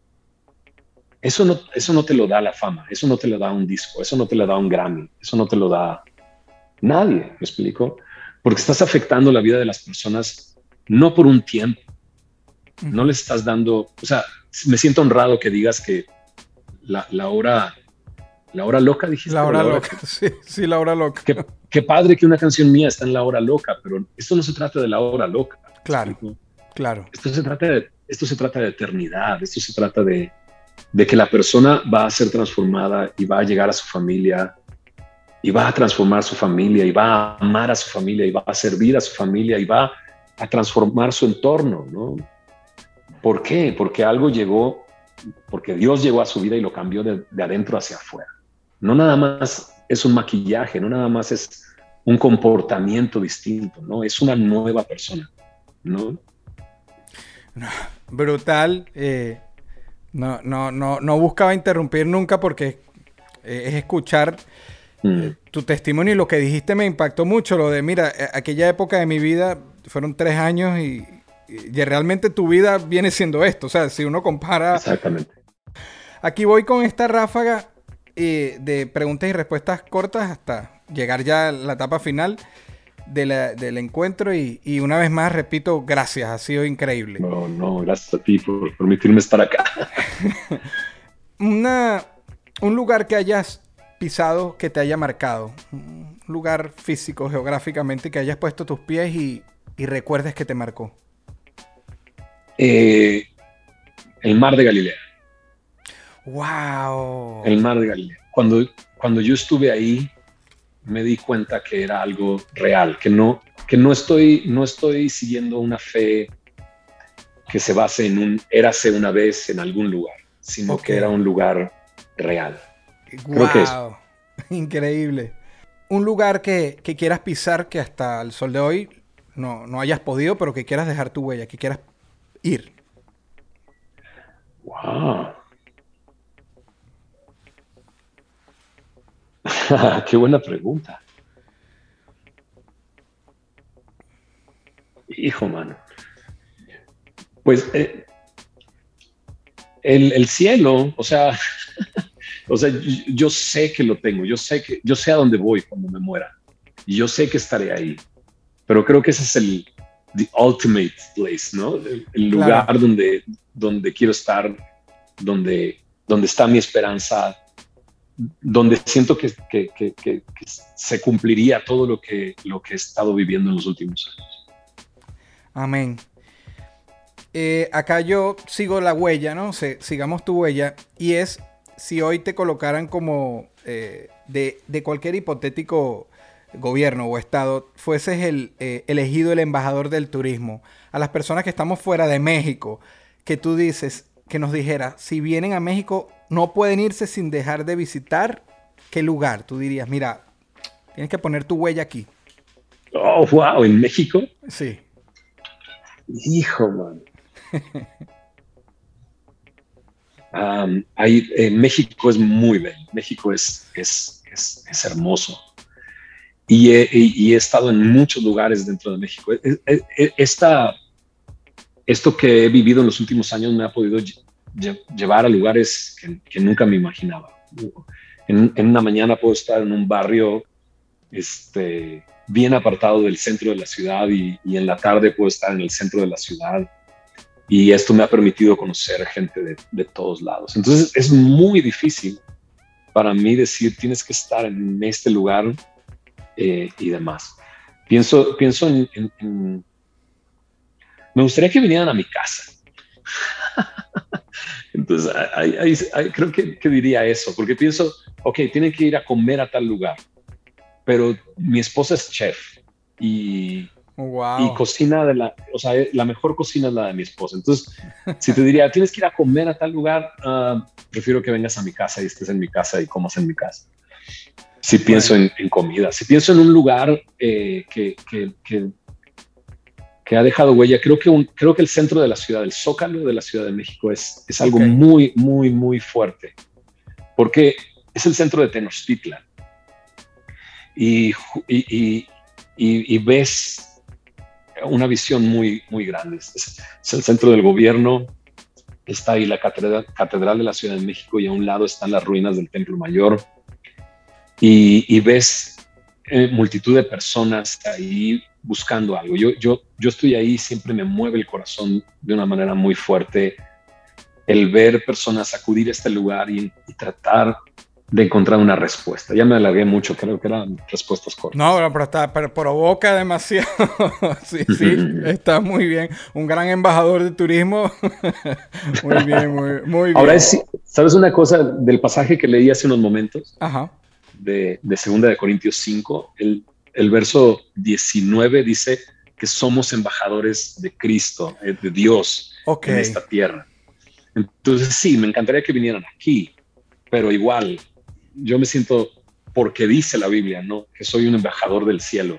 eso no, eso no te lo da la fama, eso no te lo da un disco, eso no te lo da un Grammy, eso no te lo da nadie, ¿me explico? Porque estás afectando la vida de las personas no por un tiempo, no les estás dando, o sea, me siento honrado que digas que la, la hora, la hora loca, dijiste. La hora, la hora loca, que, sí, sí, la hora loca. Qué, qué padre que una canción mía está en la hora loca, pero esto no se trata de la hora loca. Claro, ¿explico? Claro. Esto se trata de, esto se trata de eternidad, esto se trata de, de que la persona va a ser transformada y va a llegar a su familia y va a transformar su familia y va a amar a su familia y va a servir a su familia y va a transformar su entorno, ¿no? ¿Por qué? Porque algo llegó, porque Dios llegó a su vida y lo cambió de, de adentro hacia afuera. No nada más es un maquillaje, no nada más es un comportamiento distinto, ¿no? Es una nueva persona, ¿no? Brutal. Eh, no, no, no, no buscaba interrumpir nunca porque eh, es escuchar mm. eh, tu testimonio y lo que dijiste me impactó mucho. Lo de, mira, aquella época de mi vida fueron tres años y, y realmente tu vida viene siendo esto. O sea, si uno compara... Exactamente. Aquí voy con esta ráfaga eh, de preguntas y respuestas cortas hasta llegar ya a la etapa final de la, del encuentro y, y una vez más repito, gracias, ha sido increíble. No, no, gracias a ti por permitirme estar acá. Una, un lugar que hayas pisado que te haya marcado, un lugar físico, geográficamente, que hayas puesto tus pies y, y recuerdes que te marcó. Eh, el mar de Galilea. ¡Wow! El mar de Galilea. Cuando, cuando yo estuve ahí, me di cuenta que era algo real, que no, que no estoy, no estoy siguiendo una fe que se base en un érase una vez en algún lugar, sino okay. que era un lugar real. ¡Wow! Creo que eso. Increíble. Un lugar que, que quieras pisar que hasta el sol de hoy no, no hayas podido, pero que quieras dejar tu huella, que quieras ir. ¡Wow! Qué buena pregunta. Hijo, mano. Pues eh, el, el cielo, o sea, o sea, yo, yo sé que lo tengo, yo sé que yo sé a dónde voy cuando me muera y yo sé que estaré ahí. Pero creo que ese es el the ultimate place, ¿no? El, el lugar claro. donde donde quiero estar, donde donde está mi esperanza, donde siento que, que, que, que, que se cumpliría todo lo que, lo que he estado viviendo en los últimos años. Amén. Eh, acá yo sigo la huella, ¿no? Se, sigamos tu huella. Y es, si hoy te colocaran como eh, de, de cualquier hipotético gobierno o estado, fueses el eh, elegido el embajador del turismo, a las personas que estamos fuera de México, que tú dices, que nos dijera, si vienen a México, no pueden irse sin dejar de visitar, ¿qué lugar? Tú dirías, mira, tienes que poner tu huella aquí. Oh, wow, ¿en México? Sí. Hijo, man. um, hay, eh, México es muy bello. México es, es, es, es hermoso. Y he, y he estado en muchos lugares dentro de México. Esta, esto que he vivido en los últimos años me ha podido llevar a lugares que, que nunca me imaginaba. En, en una mañana puedo estar en un barrio este, bien apartado del centro de la ciudad y, y en la tarde puedo estar en el centro de la ciudad. Y esto me ha permitido conocer gente de, de todos lados. Entonces es muy difícil para mí decir, tienes que estar en este lugar eh, y demás. Pienso, pienso en, en, en... Me gustaría que vinieran a mi casa. Entonces, ahí, ahí, ahí creo que, que diría eso, porque pienso, ok, tienen que ir a comer a tal lugar, pero mi esposa es chef y, wow. y cocina de la, o sea, la mejor cocina es la de mi esposa. Entonces, si te diría, tienes que ir a comer a tal lugar, uh, prefiero que vengas a mi casa y estés en mi casa y comas en mi casa. Si pienso bueno. en, en comida, si pienso en un lugar eh, que, que, que que ha dejado huella, creo que, un, creo que el centro de la ciudad, el Zócalo de la Ciudad de México es, es algo okay. muy, muy, muy fuerte, porque es el centro de Tenochtitlan y, y, y, y, y ves una visión muy, muy grande. Es, es el centro del gobierno, está ahí la catedral, catedral de la Ciudad de México y a un lado están las ruinas del Templo Mayor y, y ves eh, multitud de personas ahí buscando algo. Yo, yo, yo estoy ahí, siempre me mueve el corazón de una manera muy fuerte el ver personas acudir a este lugar y, y tratar de encontrar una respuesta. Ya me alargué mucho, creo que eran respuestas cortas. No, pero, está, pero provoca demasiado. sí, sí, está muy bien. Un gran embajador de turismo. muy bien, muy, muy bien. Ahora, es, ¿sabes una cosa del pasaje que leí hace unos momentos? Ajá. De, de segunda de Corintios cinco, el El verso diecinueve dice que somos embajadores de Cristo, de Dios, okay. en esta tierra. Entonces sí, me encantaría que vinieran aquí, pero igual yo me siento, porque dice la Biblia, ¿no? Que soy un embajador del cielo.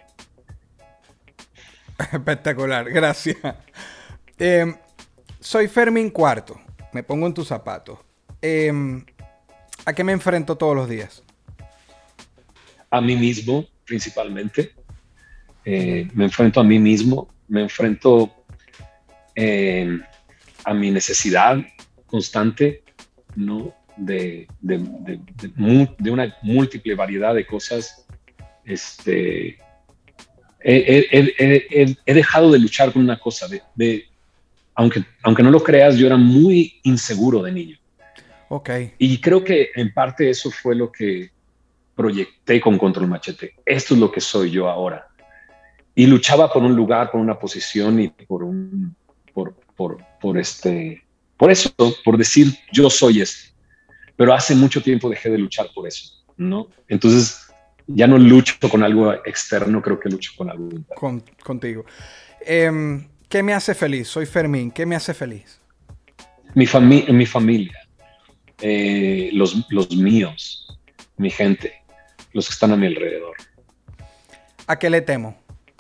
Espectacular, gracias. Eh, soy Fermín Cuarto, me pongo en tus zapatos. Eh, ¿A qué me enfrento todos los días? A mí mismo, principalmente. Eh, me enfrento a mí mismo, me enfrento eh, a mi necesidad constante, ¿no? De, de, de, de, de una múltiple variedad de cosas. Este, he, he, he, he dejado de luchar con una cosa, de, de, aunque, aunque no lo creas, yo era muy inseguro de niño. Okay. Y creo que en parte eso fue lo que proyecté con Control Machete. Esto es lo que soy yo ahora. Y luchaba por un lugar, por una posición y por un, por, por, por este, por eso, por decir yo soy esto. Pero hace mucho tiempo dejé de luchar por eso, ¿no? Entonces ya no lucho con algo externo, creo que lucho con algo interno. Con, contigo. Eh, ¿Qué me hace feliz? Soy Fermín. ¿Qué me hace feliz? Mi, fami mi familia, eh, los, los míos, mi gente, los que están a mi alrededor. ¿A qué le temo?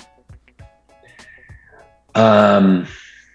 Um,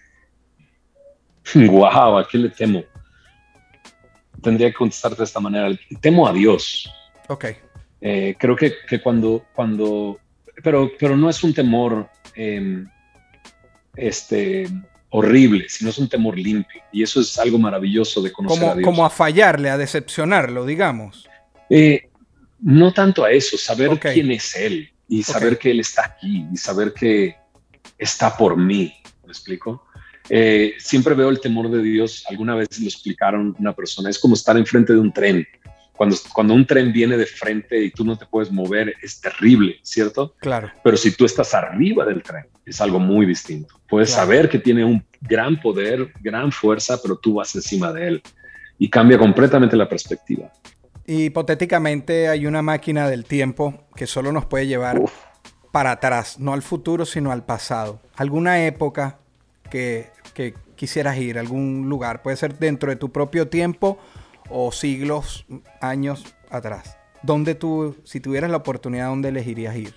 wow, ¿a qué le temo? Tendría que contestarte de esta manera. Temo a Dios. Ok. Eh, creo que, que cuando, cuando, pero, pero no es un temor eh, este, horrible, sino es un temor limpio. Y eso es algo maravilloso de conocer como, a Dios. Como a fallarle, a decepcionarlo, digamos. Eh, no tanto a eso, saber okay. quién es Él y saber okay. que Él está aquí y saber que está por mí. ¿Me explico? Eh, siempre veo el temor de Dios. Alguna vez lo explicaron una persona. Es como estar enfrente de un tren. Cuando, cuando un tren viene de frente y tú no te puedes mover, es terrible, ¿cierto? Claro. Pero si tú estás arriba del tren, es algo muy distinto. Puedes claro. saber que tiene un gran poder, gran fuerza, pero tú vas encima de él. Y cambia completamente la perspectiva. Hipotéticamente hay una máquina del tiempo que solo nos puede llevar Uf. para atrás, no al futuro, sino al pasado. ¿Alguna época que, que quisieras ir, algún lugar? Puede ser dentro de tu propio tiempo o siglos, años atrás. ¿Dónde tú, si tuvieras la oportunidad, dónde elegirías ir?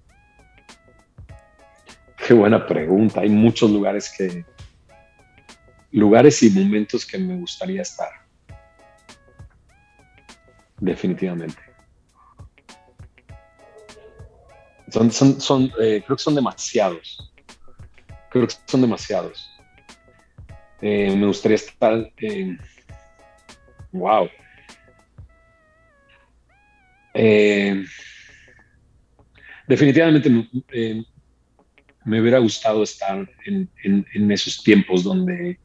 Qué buena pregunta. Hay muchos lugares que, lugares y momentos que me gustaría estar. Definitivamente. Son, son, son, eh, creo que son demasiados. Creo que son demasiados. Eh, me gustaría estar... Eh, wow. Eh, definitivamente eh, me hubiera gustado estar en, en, en esos tiempos donde,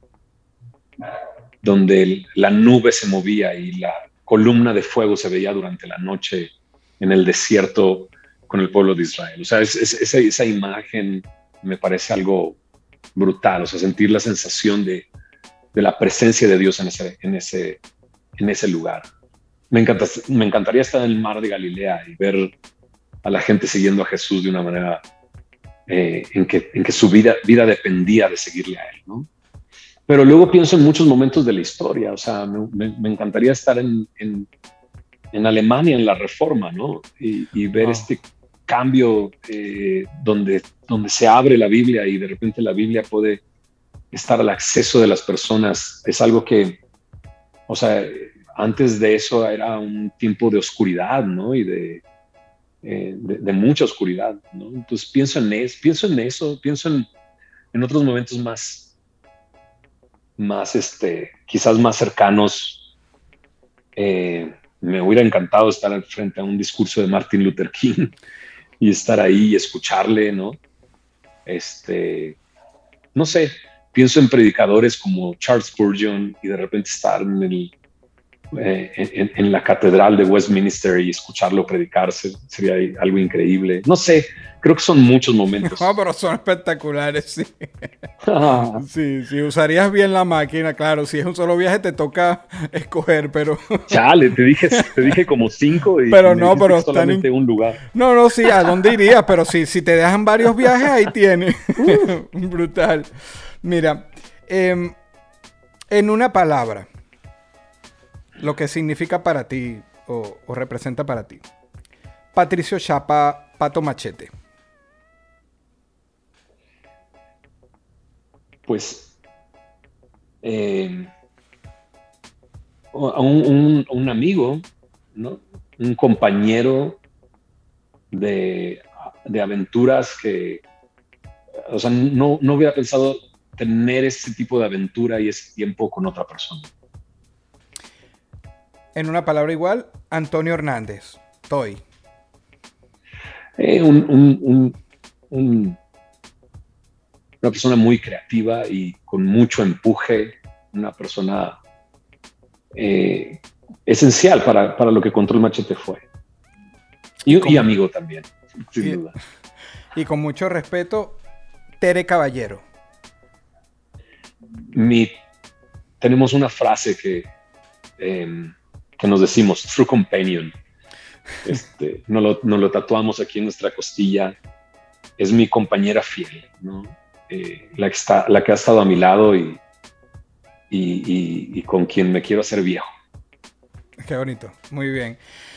donde el, la nube se movía y la columna de fuego se veía durante la noche en el desierto con el pueblo de Israel. O sea, es, es, esa, esa imagen me parece algo brutal, o sea, sentir la sensación de, de la presencia de Dios en ese, en ese, en ese lugar. Me, encanta, me encantaría estar en el mar de Galilea y ver a la gente siguiendo a Jesús de una manera eh, en, que, en que su vida, vida dependía de seguirle a él, ¿no? Pero luego pienso en muchos momentos de la historia, o sea, me, me, me encantaría estar en, en, en Alemania, en la Reforma, ¿no? Y, y ver wow. este cambio eh, donde, donde se abre la Biblia y de repente la Biblia puede estar al acceso de las personas. Es algo que, o sea, antes de eso era un tiempo de oscuridad, ¿no? Y de, eh, de, de mucha oscuridad, ¿no? Entonces pienso en eso, pienso en eso, pienso en, en otros momentos más, más este, quizás más cercanos. Eh, me hubiera encantado estar frente a un discurso de Martin Luther King y estar ahí y escucharle, ¿no? Este, no sé, pienso en predicadores como Charles Spurgeon y de repente estar en, el, eh, en, en la catedral de Westminster y escucharlo predicarse, sería algo increíble. No sé, creo que son muchos momentos. No, pero son espectaculares, sí. Ah. Sí, sí, usarías bien la máquina, claro. Si es un solo viaje te toca escoger, pero... Chale, te dije, te dije como cinco y pero me no, pero solamente in... un lugar. No, no, sí, ¿a dónde irías? Pero si, si te dejan varios viajes, ahí tienes. Brutal. Mira, eh, en una palabra, lo que significa para ti o, o representa para ti. Patricio Chapa, Pato Machete. Pues eh, un, un, un amigo, ¿no? Un compañero de, de aventuras que, o sea, no, no hubiera pensado tener ese tipo de aventura y ese tiempo con otra persona. En una palabra igual, Antonio Hernández, Toy. Eh, un, un, un, un, una persona muy creativa y con mucho empuje, una persona eh, esencial para, para lo que Control Machete fue. Y, y, y amigo también, sin y, duda. Y con mucho respeto, Tere Caballero. Mi, tenemos una frase que, eh, que nos decimos, True Companion. Este, nos, lo, nos lo tatuamos aquí en nuestra costilla. Es mi compañera fiel, ¿no? Eh, la, que está, la que ha estado a mi lado y, y, y, y con quien me quiero hacer viejo. Qué bonito, muy bien.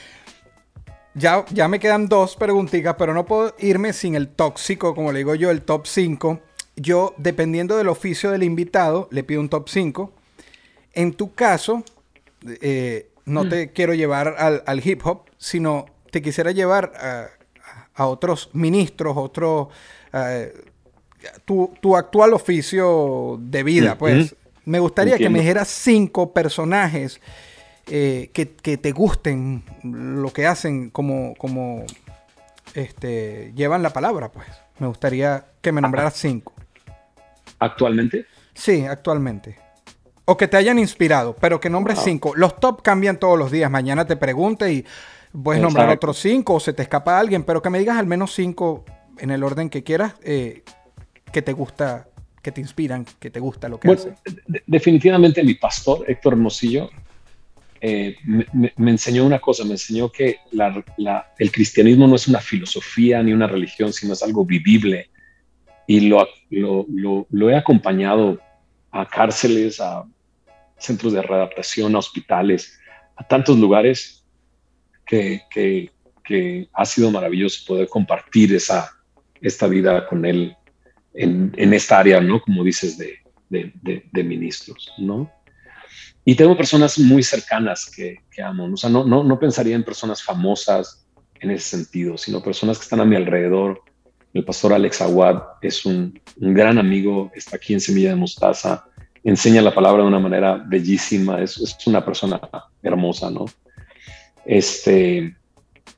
Ya, ya me quedan dos preguntitas, pero no puedo irme sin el tóxico, como le digo yo, el top cinco. Yo, dependiendo del oficio del invitado, le pido un top cinco. En tu caso, eh, no mm. te quiero llevar al, al hip hop, sino te quisiera llevar a, a otros ministros, otros... Uh, tu, tu actual oficio de vida, mm-hmm. pues. Me gustaría Entiendo. que me dijeras cinco personajes eh, que, que te gusten, lo que hacen, como, como este, llevan la palabra, pues. Me gustaría que me nombraras cinco. ¿Actualmente? Sí, actualmente. O que te hayan inspirado, pero que nombres wow. cinco. Los top cambian todos los días. Mañana te pregunte y puedes Exacto. nombrar otros cinco o se te escapa alguien, pero que me digas al menos cinco en el orden que quieras, eh, que te gusta, que te inspiran, que te gusta lo que bueno, hacen. De- definitivamente mi pastor, Héctor Hermosillo, eh, me, me, me enseñó una cosa, me enseñó que la, la, el cristianismo no es una filosofía ni una religión, sino es algo vivible. Y lo, lo, lo, lo he acompañado a cárceles, a centros de readaptación, a hospitales, a tantos lugares que, que, que ha sido maravilloso poder compartir esa, esta vida con él en, en esta área, ¿no? Como dices, de, de, de, de ministros, ¿no? Y tengo personas muy cercanas que, que amo, ¿no? O sea, no, no, no pensaría en personas famosas en ese sentido, sino personas que están a mi alrededor. El pastor Alex Aguad es un, un gran amigo, está aquí en Semilla de Mostaza, enseña la palabra de una manera bellísima, es, es una persona hermosa, ¿no? Este,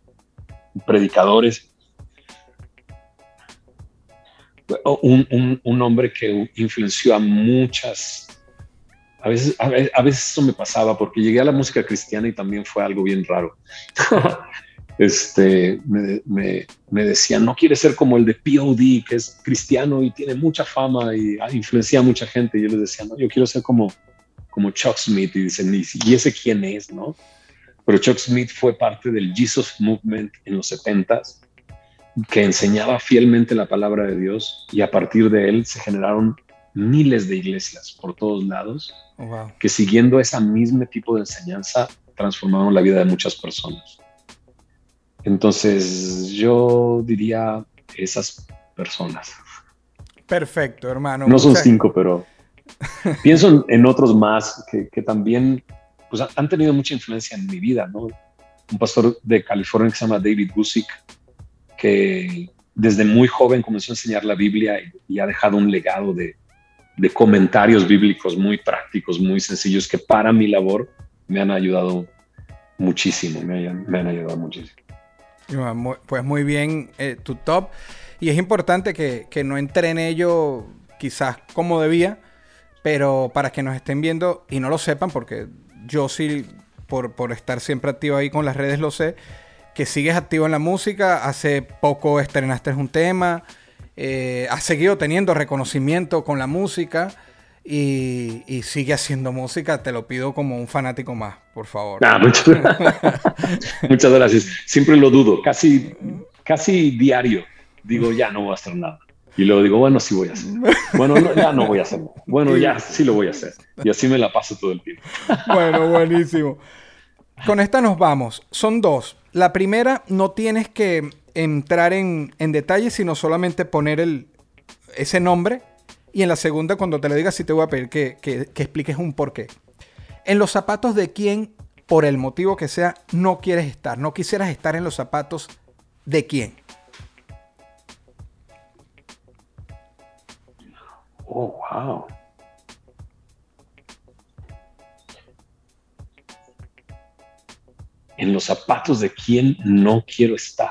predicadores. Un, un, un hombre que influenció a muchas. A veces, a, a veces eso me pasaba porque llegué a la música cristiana y también fue algo bien raro. este, me, me, me decían, no quieres ser como el de P O D, que es cristiano y tiene mucha fama y influencia a mucha gente. Y yo les decía, no, yo quiero ser como, como Chuck Smith. Y dicen, ¿y ese quién es? ¿No? Pero Chuck Smith fue parte del Jesus Movement en los setentas, que enseñaba fielmente la palabra de Dios, y a partir de él se generaron miles de iglesias por todos lados, oh, wow. que siguiendo ese mismo tipo de enseñanza transformaron la vida de muchas personas. Entonces yo diría esas personas. Perfecto, hermano. No son Muchas... cinco, pero pienso en, en otros más que, que también pues, han tenido mucha influencia en mi vida, ¿no? Un pastor de California que se llama David Gusick, que desde muy joven comenzó a enseñar la Biblia y, y ha dejado un legado de, de comentarios bíblicos muy prácticos, muy sencillos, que para mi labor me han ayudado muchísimo, me, han, me han ayudado muchísimo. Pues muy bien, eh, tu top. Y es importante que, que no entre en ello quizás como debía, pero para que nos estén viendo y no lo sepan, porque yo sí, por, por estar siempre activo ahí con las redes, lo sé, que sigues activo en la música. Hace poco estrenaste un tema, eh, has seguido teniendo reconocimiento con la música y, y sigue haciendo música. Te lo pido como un fanático más, por favor. Ah, muchas, muchas gracias. Siempre lo dudo, casi, casi diario. Digo, ya no voy a hacer nada. Y luego digo, bueno, sí voy a hacer. Bueno, no, ya no voy a hacer. Bueno, ya sí lo voy a hacer. Y así me la paso todo el tiempo. Bueno, buenísimo. Con esta nos vamos. Son dos. La primera, no tienes que entrar en, en detalles, sino solamente poner el, ese nombre. Y en la segunda, cuando te lo diga, sí te voy a pedir que, que, que expliques un porqué. En los zapatos de quién, por el motivo que sea, no quieres estar. No quisieras estar en los zapatos de quién. Oh, wow. En los zapatos de quién no quiero estar.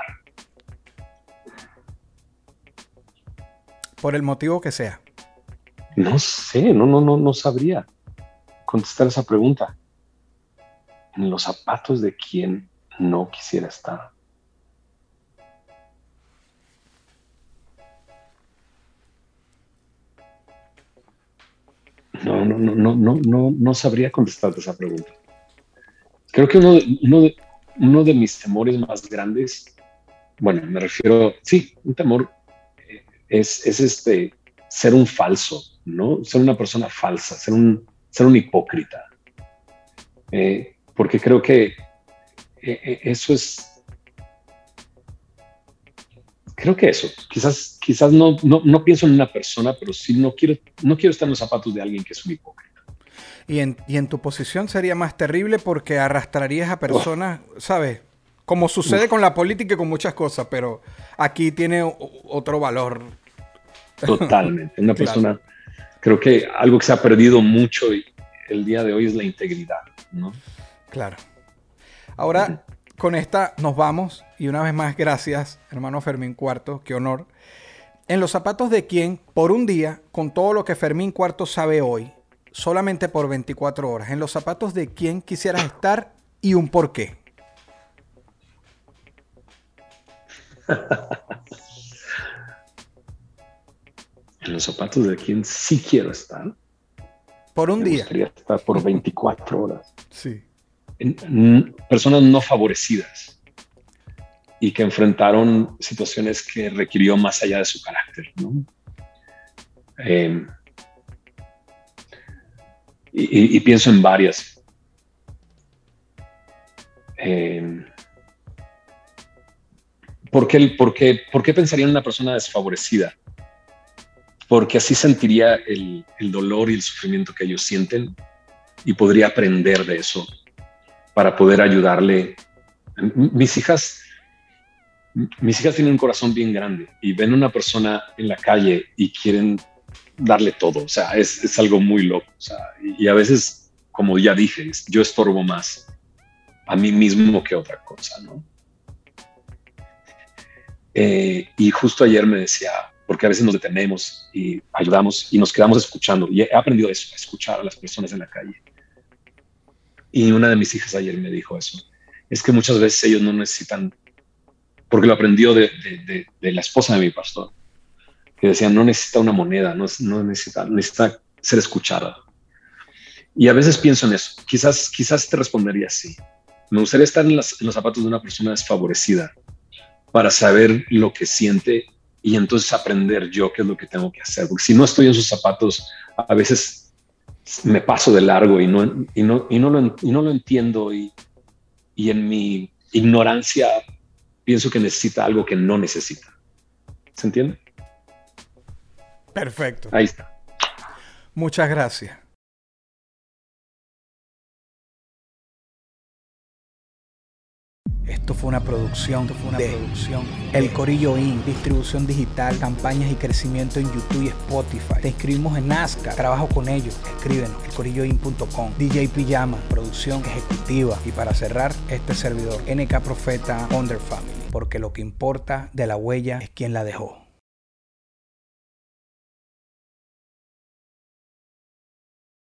Por el motivo que sea. No sé, no, no, no, no sabría contestar esa pregunta. En los zapatos de quién no quisiera estar. No, no, no, no, no, no, no sabría contestarte esa pregunta. Creo que uno de, uno, de, uno de mis temores más grandes, bueno, me refiero, sí, un temor es, es este, ser un falso, ¿no? Ser una persona falsa, ser un, ser un hipócrita. Eh, porque creo que eh, eso es, creo que eso, quizás, quizás no, no, no pienso en una persona, pero sí no quiero, no quiero estar en los zapatos de alguien que es un hipócrita. Y en, y en tu posición sería más terrible porque arrastrarías a personas, oh. ¿sabes? Como sucede Uf. con la política y con muchas cosas, pero aquí tiene o, otro valor. Totalmente. Una persona, claro. Creo que algo que se ha perdido mucho y el día de hoy es la integridad, ¿no? Claro. Ahora, uh-huh. con esta nos vamos. Y una vez más, gracias, hermano Fermín Cuarto. Qué honor. En los zapatos de quién, por un día, con todo lo que Fermín Cuarto sabe hoy, solamente por veinticuatro horas, en los zapatos de quién quisieras estar y un por qué. En los zapatos de quién sí quiero estar. Por un Me día. Me gustaría estar por veinticuatro horas. Sí. En, en personas no favorecidas y que enfrentaron situaciones que requirió más allá de su carácter, ¿no? Eh, Y, y, y pienso en varias. Eh, ¿por, qué, por, qué, ¿Por qué pensaría en una persona desfavorecida? Porque así sentiría el, el dolor y el sufrimiento que ellos sienten y podría aprender de eso para poder ayudarle. Mis hijas, mis hijas tienen un corazón bien grande y ven a una persona en la calle y quieren darle todo, o sea, es, es algo muy loco, o sea, y, y a veces, como ya dije, yo estorbo más a mí mismo que otra cosa, ¿no? Eh, y justo ayer me decía, porque a veces nos detenemos y ayudamos y nos quedamos escuchando. Y he aprendido eso, a escuchar a las personas en la calle. Y una de mis hijas ayer me dijo eso. Es que muchas veces ellos no necesitan, porque lo aprendió de, de, de, de la esposa de mi pastor, que decía, no necesita una moneda, no, no necesita, necesita ser escuchada. Y a veces pienso en eso. Quizás, quizás te respondería así. Me gustaría estar en, las, en los zapatos de una persona desfavorecida para saber lo que siente y entonces aprender yo qué es lo que tengo que hacer. Porque si no estoy en sus zapatos, a veces me paso de largo y no, y no, y no, lo, y no lo entiendo y, y en mi ignorancia pienso que necesita algo que no necesita. ¿Se entiende? Perfecto. Ahí está. Muchas gracias. Esto fue una producción, Esto fue una de producción El Corillo Inc, distribución digital, campañas y crecimiento en YouTube y Spotify. Te inscribimos en Nazca, trabajo con ellos, escríbenos, el corillo inc punto com. D J Pijama, producción ejecutiva. Y para cerrar, este servidor, N K Profeta, Under Family, porque lo que importa de la huella es quién la dejó.